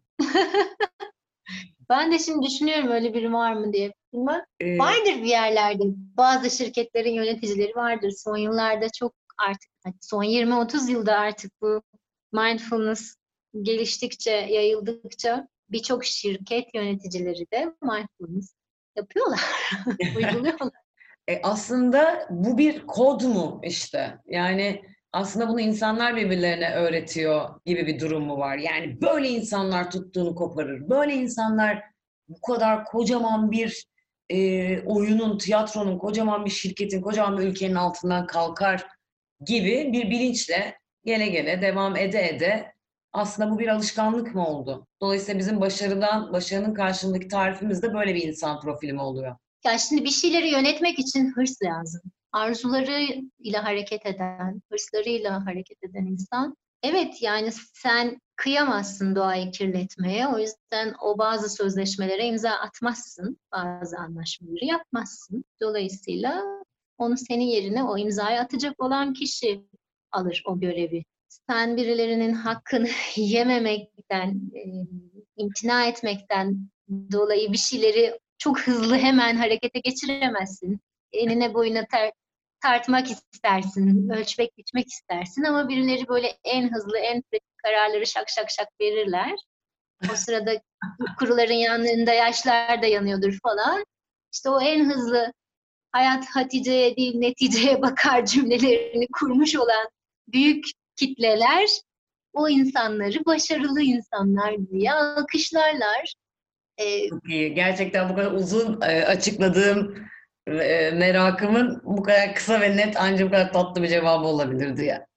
Ben de şimdi düşünüyorum öyle biri var mı diye. Bilmem. E, Vardır bir yerlerde. Bazı şirketlerin yöneticileri vardır. Son yıllarda çok artık son yirmi otuz yılda artık bu mindfulness geliştikçe, yayıldıkça birçok şirket yöneticileri de mindfulness yapıyorlar, uyguluyorlar. E, aslında bu bir kod mu işte? Yani aslında bunu insanlar birbirlerine öğretiyor gibi bir durum mu var? Yani böyle insanlar tuttuğunu koparır. Böyle insanlar bu kadar kocaman bir e, oyunun, tiyatronun, kocaman bir şirketin, kocaman bir ülkenin altından kalkar gibi bir bilinçle gele gele devam ede ede aslında bu bir alışkanlık mı oldu? Dolayısıyla bizim başarıdan, başarının karşılığındaki tarifimiz de böyle bir insan profili mi oluyor? Ya şimdi bir şeyleri yönetmek için hırs lazım. Arzularıyla hareket eden, hırslarıyla hareket eden insan. Evet yani sen kıyamazsın doğayı kirletmeye. O yüzden o bazı sözleşmelere imza atmazsın. Bazı anlaşmaları yapmazsın. Dolayısıyla onu senin yerine o imzayı atacak olan kişi alır o görevi. Sen birilerinin hakkını yememekten, e, imtina etmekten dolayı bir şeyleri çok hızlı hemen harekete geçiremezsin. Enine boyuna tar- tartmak istersin, ölçmek biçmek istersin ama birileri böyle en hızlı, en pratik kararları şak şak şak verirler. O sırada kuruların yanlarında yaşlar da yanıyordur falan. İşte o en hızlı hayat Hatice'ye değil neticeye bakar cümlelerini kurmuş olan büyük kitleler o insanları başarılı insanlar diye alkışlarlar. Ee, Çok iyi. Gerçekten bu kadar uzun e, açıkladığım e, merakımın bu kadar kısa ve net ancak bu kadar tatlı bir cevabı olabilirdi ya.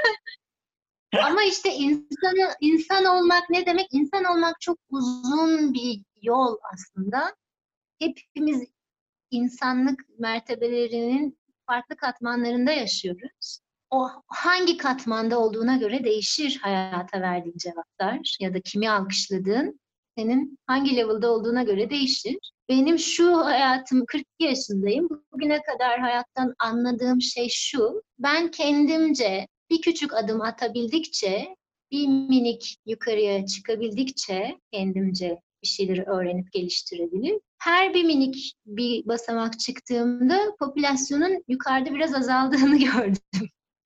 Ama işte insanı, insan olmak ne demek? İnsan olmak çok uzun bir yol aslında. Hepimiz insanlık mertebelerinin farklı katmanlarında yaşıyoruz. O hangi katmanda olduğuna göre değişir hayata verdiğin cevaplar ya da kimi alkışladığın senin hangi level'da olduğuna göre değişir. Benim şu hayatım kırk iki yaşındayım. Bugüne kadar hayattan anladığım şey şu. Ben kendimce bir küçük adım atabildikçe, bir minik yukarıya çıkabildikçe kendimce bir şeyleri öğrenip geliştirebilir. Her bir minik bir basamak çıktığımda popülasyonun yukarıda biraz azaldığını gördüm.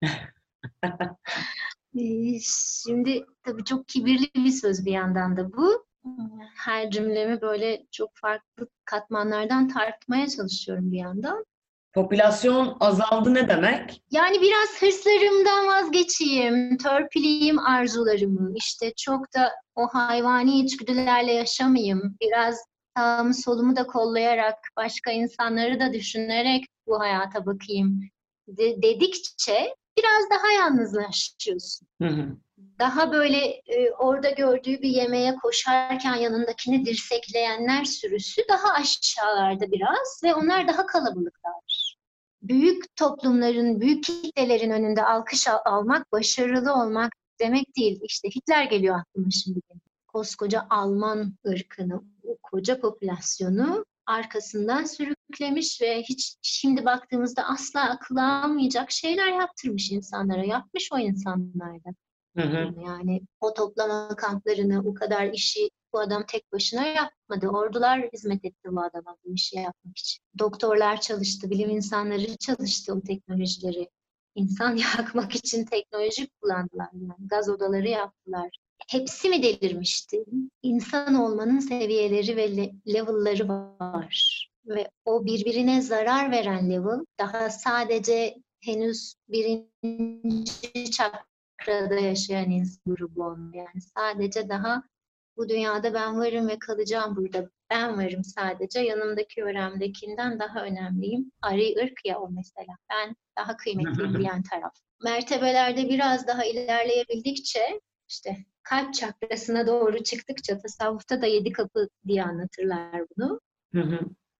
Ee, Şimdi tabii çok kibirli bir söz bir yandan da bu. Her cümlemi böyle çok farklı katmanlardan tartmaya çalışıyorum bir yandan. Popülasyon azaldı ne demek? Yani biraz hırslarımdan vazgeçeyim, törpüleyeyim arzularımı, işte çok da o hayvani içgüdülerle yaşamayayım, biraz sağımı solumu da kollayarak, başka insanları da düşünerek bu hayata bakayım de- dedikçe biraz daha yalnızlaşıyorsun. Hı hı. Daha böyle e, orada gördüğü bir yemeğe koşarken yanındakini dirsekleyenler sürüsü daha aşağılarda biraz ve onlar daha kalabalıklar. Büyük toplumların, büyük kitlelerin önünde alkış al- almak, başarılı olmak demek değil. İşte Hitler geliyor aklıma şimdi. Koskoca Alman ırkını, o koca popülasyonu arkasından sürüklemiş ve hiç şimdi baktığımızda asla akıl almayacak şeyler yaptırmış insanlara. Yapmış o insanlarda. Hı hı. Yani o toplama kamplarını, o kadar işi bu adam tek başına yapmadı. Ordular hizmet etti bu adama bu işi yapmak için. Doktorlar çalıştı, bilim insanları çalıştı o teknolojileri. İnsan yakmak için teknoloji kullandılar. Yani gaz odaları yaptılar. Hepsi mi delirmişti? İnsan olmanın seviyeleri ve le- level'ları var. Ve o birbirine zarar veren level daha sadece henüz birinci çakrada yaşayan insan grubu olmuyor. Yani sadece daha bu dünyada ben varım ve kalacağım burada. Ben varım sadece. Yanımdaki öğrendimdekinden daha önemliyim. Ari ırk ya o mesela. Ben daha kıymetliyim diyen taraf. Mertebelerde biraz daha ilerleyebildikçe işte kalp çakrasına doğru çıktıkça tasavvufta da yedi kapı diye anlatırlar bunu. Hı hı.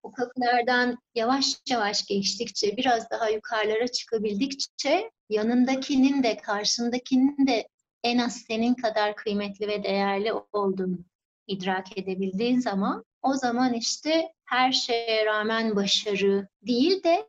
O kapılardan yavaş yavaş geçtikçe, biraz daha yukarılara çıkabildikçe yanındakinin de karşındakinin de en az senin kadar kıymetli ve değerli olduğunu idrak edebildiğin zaman, o zaman işte her şeye rağmen başarı değil de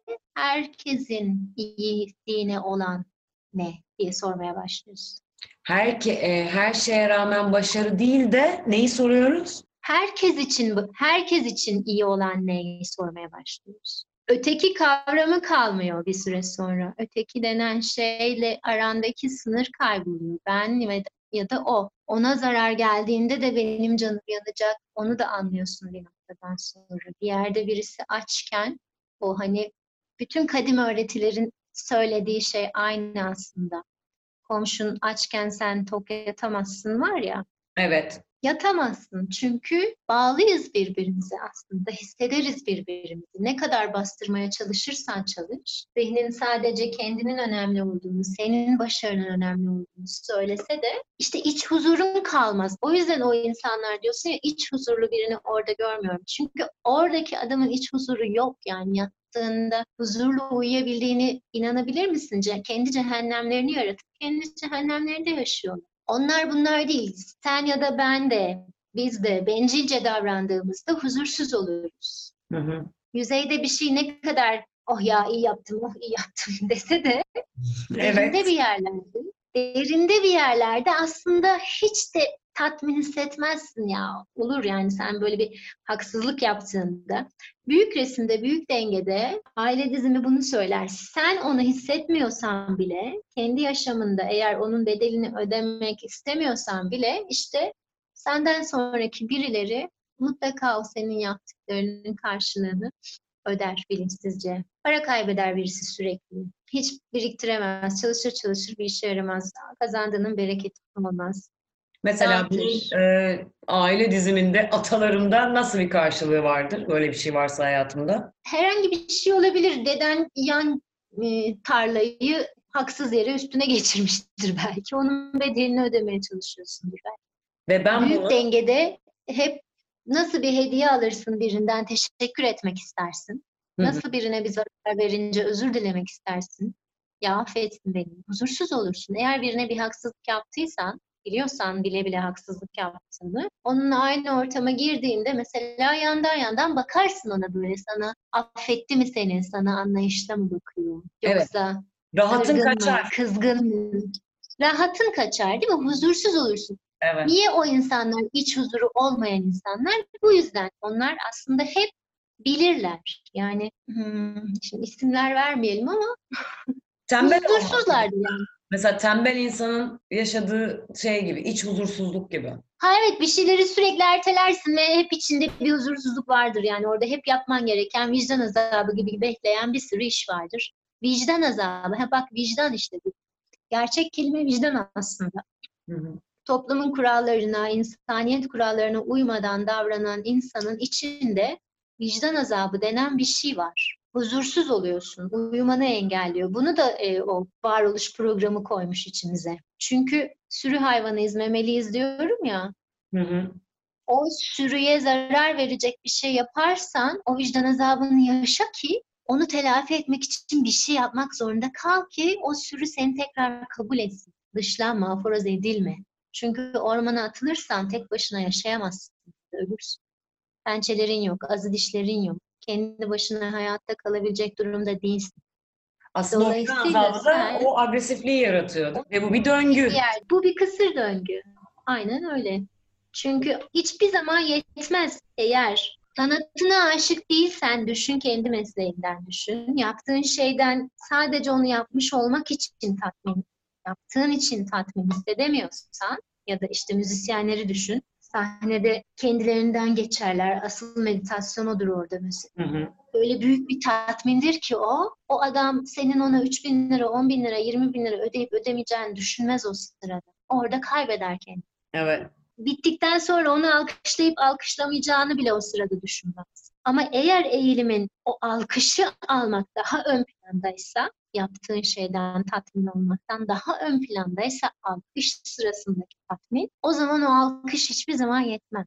herkesin iyiliğine olan ne diye sormaya başlıyorsun. Her, ke- e, her şeye rağmen başarı değil de neyi soruyoruz? Herkes için herkes için iyi olan neyi sormaya başlıyoruz. Öteki kavramı kalmıyor bir süre sonra. Öteki denen şeyle arandaki sınır kayboluyor. Ben ve ya da o. Ona zarar geldiğinde de benim canım yanacak. Onu da anlıyorsun bir noktadan sonra. Bir yerde birisi açken o hani bütün kadim öğretilerin söylediği şey aynı aslında. Komşun açken sen tok yatamazsın var ya. Evet. Yatamazsın çünkü bağlıyız birbirimize aslında, hissederiz birbirimizi. Ne kadar bastırmaya çalışırsan çalış, zihnin sadece kendinin önemli olduğunu, senin başarının önemli olduğunu söylese de işte iç huzurun kalmaz. O yüzden o insanlar diyorsun ya, iç huzurlu birini orada görmüyorum. Çünkü oradaki adamın iç huzuru yok yani, yattığında huzurlu uyuyabildiğini inanabilir misin? Ce- Kendi cehennemlerini yaratıp kendi cehennemlerinde yaşıyorlar. Onlar bunlar değil. Sen ya da ben de, biz de bencilce davrandığımızda huzursuz oluruz. Hı hı. Yüzeyde bir şey ne kadar oh ya iyi yaptım, oh iyi yaptım dese de derinde Evet. bir yerlerde, derinde bir yerlerde aslında hiç de tatmin hissetmezsin ya. Olur yani, sen böyle bir haksızlık yaptığında. Büyük resimde, büyük dengede aile dizimi bunu söyler. Sen onu hissetmiyorsan bile, kendi yaşamında eğer onun bedelini ödemek istemiyorsan bile, işte senden sonraki birileri mutlaka o senin yaptıklarının karşılığını öder bilinçsizce. Para kaybeder birisi sürekli. Hiç biriktiremez. Çalışır çalışır bir işe yaramaz. Kazandığının bereketi olmaz. Mesela bunun Dağıtır. e, aile diziminde atalarımda nasıl bir karşılığı vardır? Böyle bir şey varsa hayatımda. Herhangi bir şey olabilir. Deden yan e, tarlayı haksız yere üstüne geçirmiştir belki. Onun bedelini ödemeye çalışıyorsundur belki. Ve ben Büyük bunu dengede hep nasıl bir hediye alırsın birinden, teşekkür etmek istersin. Hı hı. Nasıl birine bir zarar verince özür dilemek istersin. Ya affetsin beni. Huzursuz olursun. Eğer birine bir haksızlık yaptıysan, biliyorsan bile bile haksızlık yaptığını, onunla aynı ortama girdiğinde mesela yandan yandan bakarsın ona, böyle sana affetti mi seni, sana anlayışla mı bakıyor? Evet. Yoksa Rahatın kırgın mı, kaçar. kızgın mı? Rahatın kaçar değil mi? Huzursuz olursun. Evet. Niye o insanlar iç huzuru olmayan insanlar? Bu yüzden onlar aslında hep bilirler. Yani hmm, şimdi isimler vermeyelim ama Tembel olmak gibi. huzursuzlardı yani. Mesela tembel insanın yaşadığı şey gibi, iç huzursuzluk gibi. Ha evet, bir şeyleri sürekli ertelersin ve hep içinde bir huzursuzluk vardır. Yani orada hep yapman gereken, vicdan azabı gibi bekleyen bir sürü iş vardır. Vicdan azabı. Ha bak, vicdan işte bu. Gerçek kelime vicdan aslında. Hı hı. Toplumun kurallarına, insaniyet kurallarına uymadan davranan insanın içinde vicdan azabı denen bir şey var. Huzursuz oluyorsun, uyumanı engelliyor. Bunu da e, o varoluş programı koymuş içimize. Çünkü sürü hayvanıyız, memeliyiz diyorum ya. Hı hı. O sürüye zarar verecek bir şey yaparsan o vicdan azabını yaşa ki onu telafi etmek için bir şey yapmak zorunda kal ki o sürü seni tekrar kabul etsin. Dışlanma, aforoz edilme. Çünkü ormana atılırsan tek başına yaşayamazsın, ölürsün. Pençelerin yok, azı dişlerin yok. Kendi başına hayatta kalabilecek durumda değilsin. Aslında o vicdan Dolayısıyla azabı da sen o agresifliği yaratıyor. Ve bu bir bir döngü. yer, bu bir kısır döngü. Aynen öyle. Çünkü hiçbir zaman yetmez. Eğer sanatına aşık değilsen, düşün, kendi mesleğinden düşün. Yaptığın şeyden sadece onu yapmış olmak için tatmin, yaptığın için tatmin hissedemiyorsan, ya da işte müzisyenleri düşün. Sahnede kendilerinden geçerler. Asıl meditasyon odur orada mesela. Hı hı. Öyle büyük bir tatmindir ki o. O adam senin ona üç bin lira, on bin lira, yirmi bin lira ödeyip ödemeyeceğini düşünmez o sırada. Orada kaybeder kendini. Evet. Bittikten sonra onu alkışlayıp alkışlamayacağını bile o sırada düşünmez. Ama eğer eğilimin o alkışı almak daha ön plandaysa, yaptığın şeyden tatmin olmaktan daha ön plandaysa alkış sırasındaki tatmin, o zaman o alkış hiçbir zaman yetmez.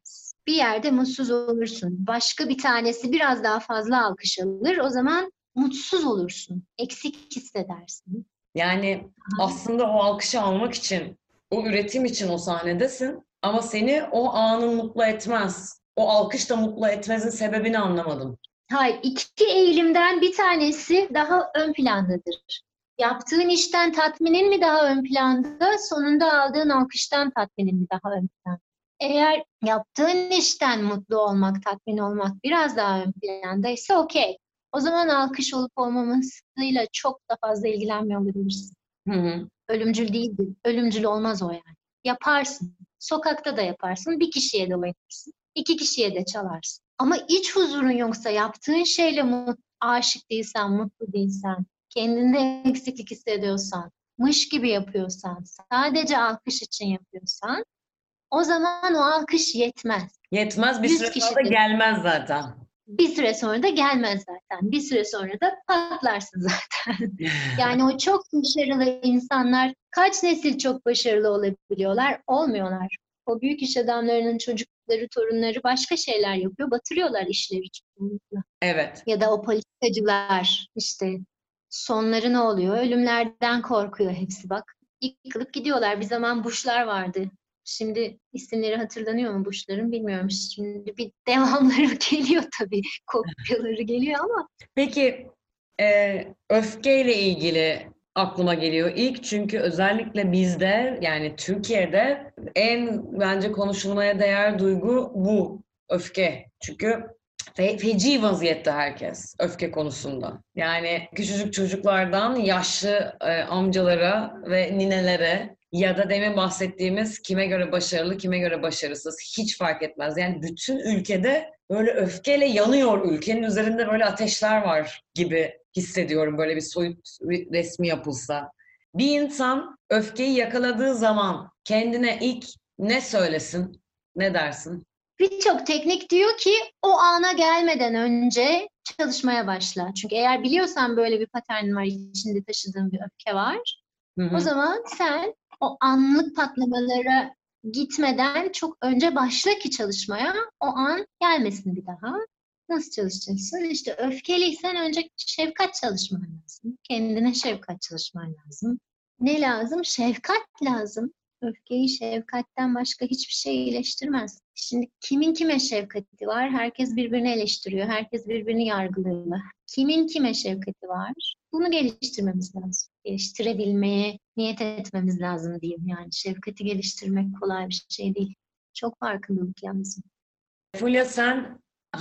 bir yerde mutsuz olursun. Başka bir tanesi biraz daha fazla alkış alır. O zaman mutsuz olursun. Eksik hissedersin. Yani aslında o alkışı almak için, o üretim için o sahnedesin ama seni o anın mutlu etmez. O alkış da mutlu etmezin sebebini anlamadım. Hayır, iki eğilimden bir tanesi daha ön plandadır. Yaptığın işten tatminin mi daha ön planda, sonunda aldığın alkıştan tatminin mi daha ön planda? Eğer yaptığın işten mutlu olmak, tatmin olmak biraz daha ön plandaysa okey. O zaman alkış olup olmamasıyla çok da fazla ilgilenmiyor olabilirsin. Hı hı. Ölümcül değildir. Ölümcül olmaz o yani. Yaparsın. Sokakta da yaparsın. Bir kişiye de oynarsın. İki kişiye de çalarsın. Ama iç huzurun yoksa, yaptığın şeyle mut, aşık değilsen, mutlu değilsen, kendinde eksiklik hissediyorsan, mış gibi yapıyorsan, sadece alkış için yapıyorsan, o zaman o alkış yetmez. Yetmez, bir Yüz süre kişi sonra da de gelmez zaten. bir süre sonra da gelmez zaten. Bir süre sonra da patlarsın zaten. Yani o çok başarılı insanlar kaç nesil çok başarılı olabiliyorlar? Olmuyorlar. O büyük iş adamlarının çocukları, torunları başka şeyler yapıyor. Batırıyorlar işleri çoğunlukla. Evet. Ya da o politikacılar işte sonları ne oluyor? Ölümlerden korkuyor hepsi bak. Yıkılıp gidiyorlar. Bir zaman Bush'lar vardı. Şimdi isimleri hatırlanıyor mu Bush'ların bilmiyorum. Şimdi bir devamları geliyor tabii. Kopyaları geliyor ama Peki e, öfkeyle ilgili aklıma geliyor ilk, çünkü özellikle bizde, yani Türkiye'de en bence konuşulmaya değer duygu bu öfke. Çünkü fe- feci vaziyette herkes öfke konusunda. Yani küçücük çocuklardan yaşlı e, amcalara ve ninelere ya da demin bahsettiğimiz kime göre başarılı, kime göre başarısız hiç fark etmez. Yani bütün ülkede böyle öfkeyle yanıyor, ülkenin üzerinde böyle ateşler var gibi hissediyorum, böyle bir soyut resmi yapılsa. Bir insan öfkeyi yakaladığı zaman kendine ilk ne söylesin, ne dersin? birçok teknik diyor ki o ana gelmeden önce çalışmaya başla. Çünkü eğer biliyorsan böyle bir patern var, içinde taşıdığın bir öfke var. Hı O hı. zaman sen o anlık patlamalara gitmeden çok önce başla ki çalışmaya o an gelmesin bir daha. Nasıl çalışacaksın? İşte öfkeliysen önce şefkat çalışman lazım. Kendine şefkat çalışman lazım. Ne lazım? Şefkat lazım. Öfkeyi şefkatten başka hiçbir şey iyileştirmez. Şimdi kimin kime şefkati var? Herkes birbirini eleştiriyor. Herkes birbirini yargılıyor. Kimin kime şefkati var? Bunu geliştirmemiz lazım. Geliştirebilmeye niyet etmemiz lazım diyeyim. Yani şefkati geliştirmek kolay bir şey değil. Çok farkındalık lazım. Fulya, sen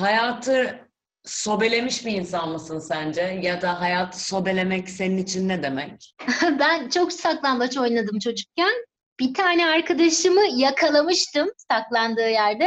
hayatı sobelemiş bir insan mısın sence? Ya da hayatı sobelemek senin için ne demek? Ben çok saklambaç oynadım çocukken. Bir tane arkadaşımı yakalamıştım saklandığı yerde.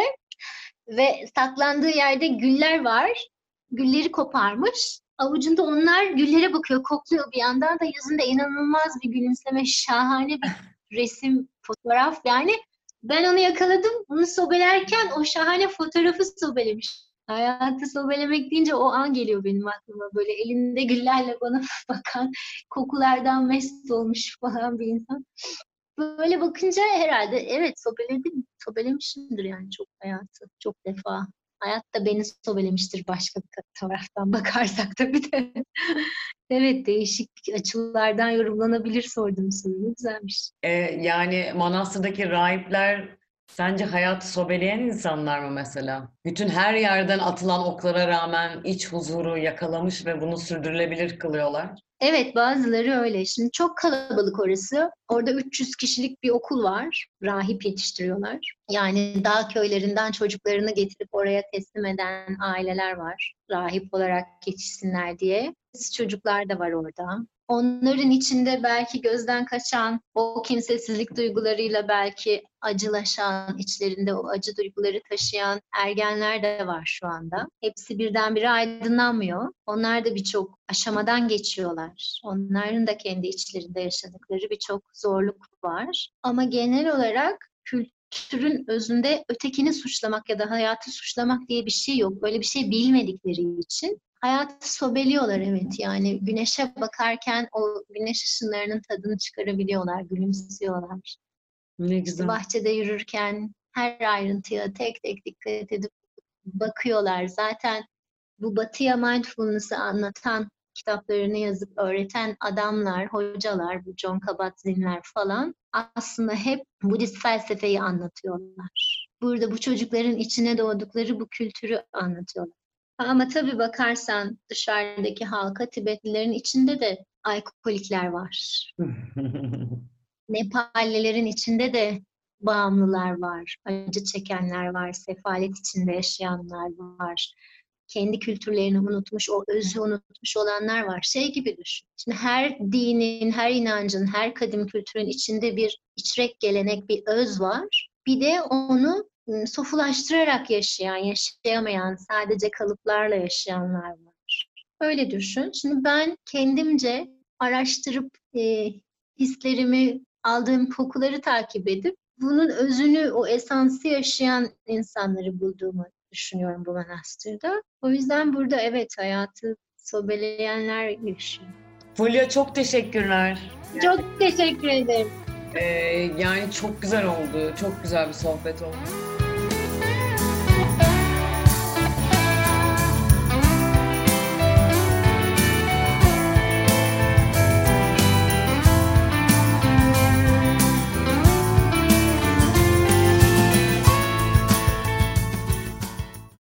Ve saklandığı yerde güller var. Gülleri koparmış. Avucunda onlar güllere bakıyor, kokluyor bir yandan da yüzünde inanılmaz bir gülümseme, şahane bir resim, fotoğraf. Yani ben onu yakaladım, onu sobelerken o şahane fotoğrafı sobelemiş. Hayatı sobelemek deyince o an geliyor benim aklıma. Böyle elinde güllerle bana bakan, kokulardan mest olmuş falan bir insan. Böyle bakınca herhalde evet sobeledim, sobelemişimdir yani çok hayatı, çok defa. Hayat da beni sobelemiştir başka bir taraftan bakarsak tabii de. Evet, değişik açılardan yorumlanabilir sorduğum soru. Güzelmiş. Ee, yani manastırdaki rahipler sence hayatı sobeleyen insanlar mı mesela? Bütün her yerden atılan oklara rağmen iç huzuru yakalamış ve bunu sürdürülebilir kılıyorlar. Evet, bazıları öyle. Şimdi çok kalabalık orası. Orada üç yüz kişilik bir okul var. Rahip yetiştiriyorlar. Yani dağ köylerinden çocuklarını getirip oraya teslim eden aileler var. Rahip olarak yetişsinler diye. Çocuklar da var orada. Onların içinde belki gözden kaçan, o kimsesizlik duygularıyla belki acılaşan, içlerinde o acı duyguları taşıyan ergenler de var şu anda. Hepsi birdenbire aydınlanmıyor. Onlar da birçok aşamadan geçiyorlar. Onların da kendi içlerinde yaşadıkları birçok zorluk var. Ama genel olarak kültürün özünde ötekini suçlamak ya da hayatı suçlamak diye bir şey yok. Böyle bir şey bilmedikleri için hayatı sobeliyorlar, evet. Yani güneşe bakarken o güneş ışınlarının tadını çıkarabiliyorlar, gülümsüyorlar. Ne İşte güzel. bahçede yürürken her ayrıntıya tek tek dikkat edip bakıyorlar. Zaten bu Batı'ya mindfulness'ı anlatan kitaplarını yazıp öğreten adamlar, hocalar, bu John Kabat-Zinn'ler falan aslında hep Budist felsefeyi anlatıyorlar. Burada bu çocukların içine doğdukları bu kültürü anlatıyorlar. Ama tabii bakarsan dışarıdaki halka, Tibetlilerin içinde de alkolikler var. Nepallilerin içinde de bağımlılar var, acı çekenler var, sefalet içinde yaşayanlar var. Kendi kültürlerini unutmuş, o özü unutmuş olanlar var. Şey gibi düşün. Şimdi her dinin, her inancın, her kadim kültürün içinde bir içrek gelenek, bir öz var. Bir de onu sofulaştırarak yaşayan, yaşayamayan, sadece kalıplarla yaşayanlar var. Öyle düşün. Şimdi ben kendimce araştırıp e, hislerimi, aldığım kokuları takip edip bunun özünü, o esansı yaşayan insanları bulduğumu düşünüyorum bu manastırda. O yüzden burada evet hayatı sobeleyenler yaşıyor. Fulya çok teşekkürler. Çok teşekkür ederim. Ee, yani çok güzel oldu. Çok güzel bir sohbet oldu.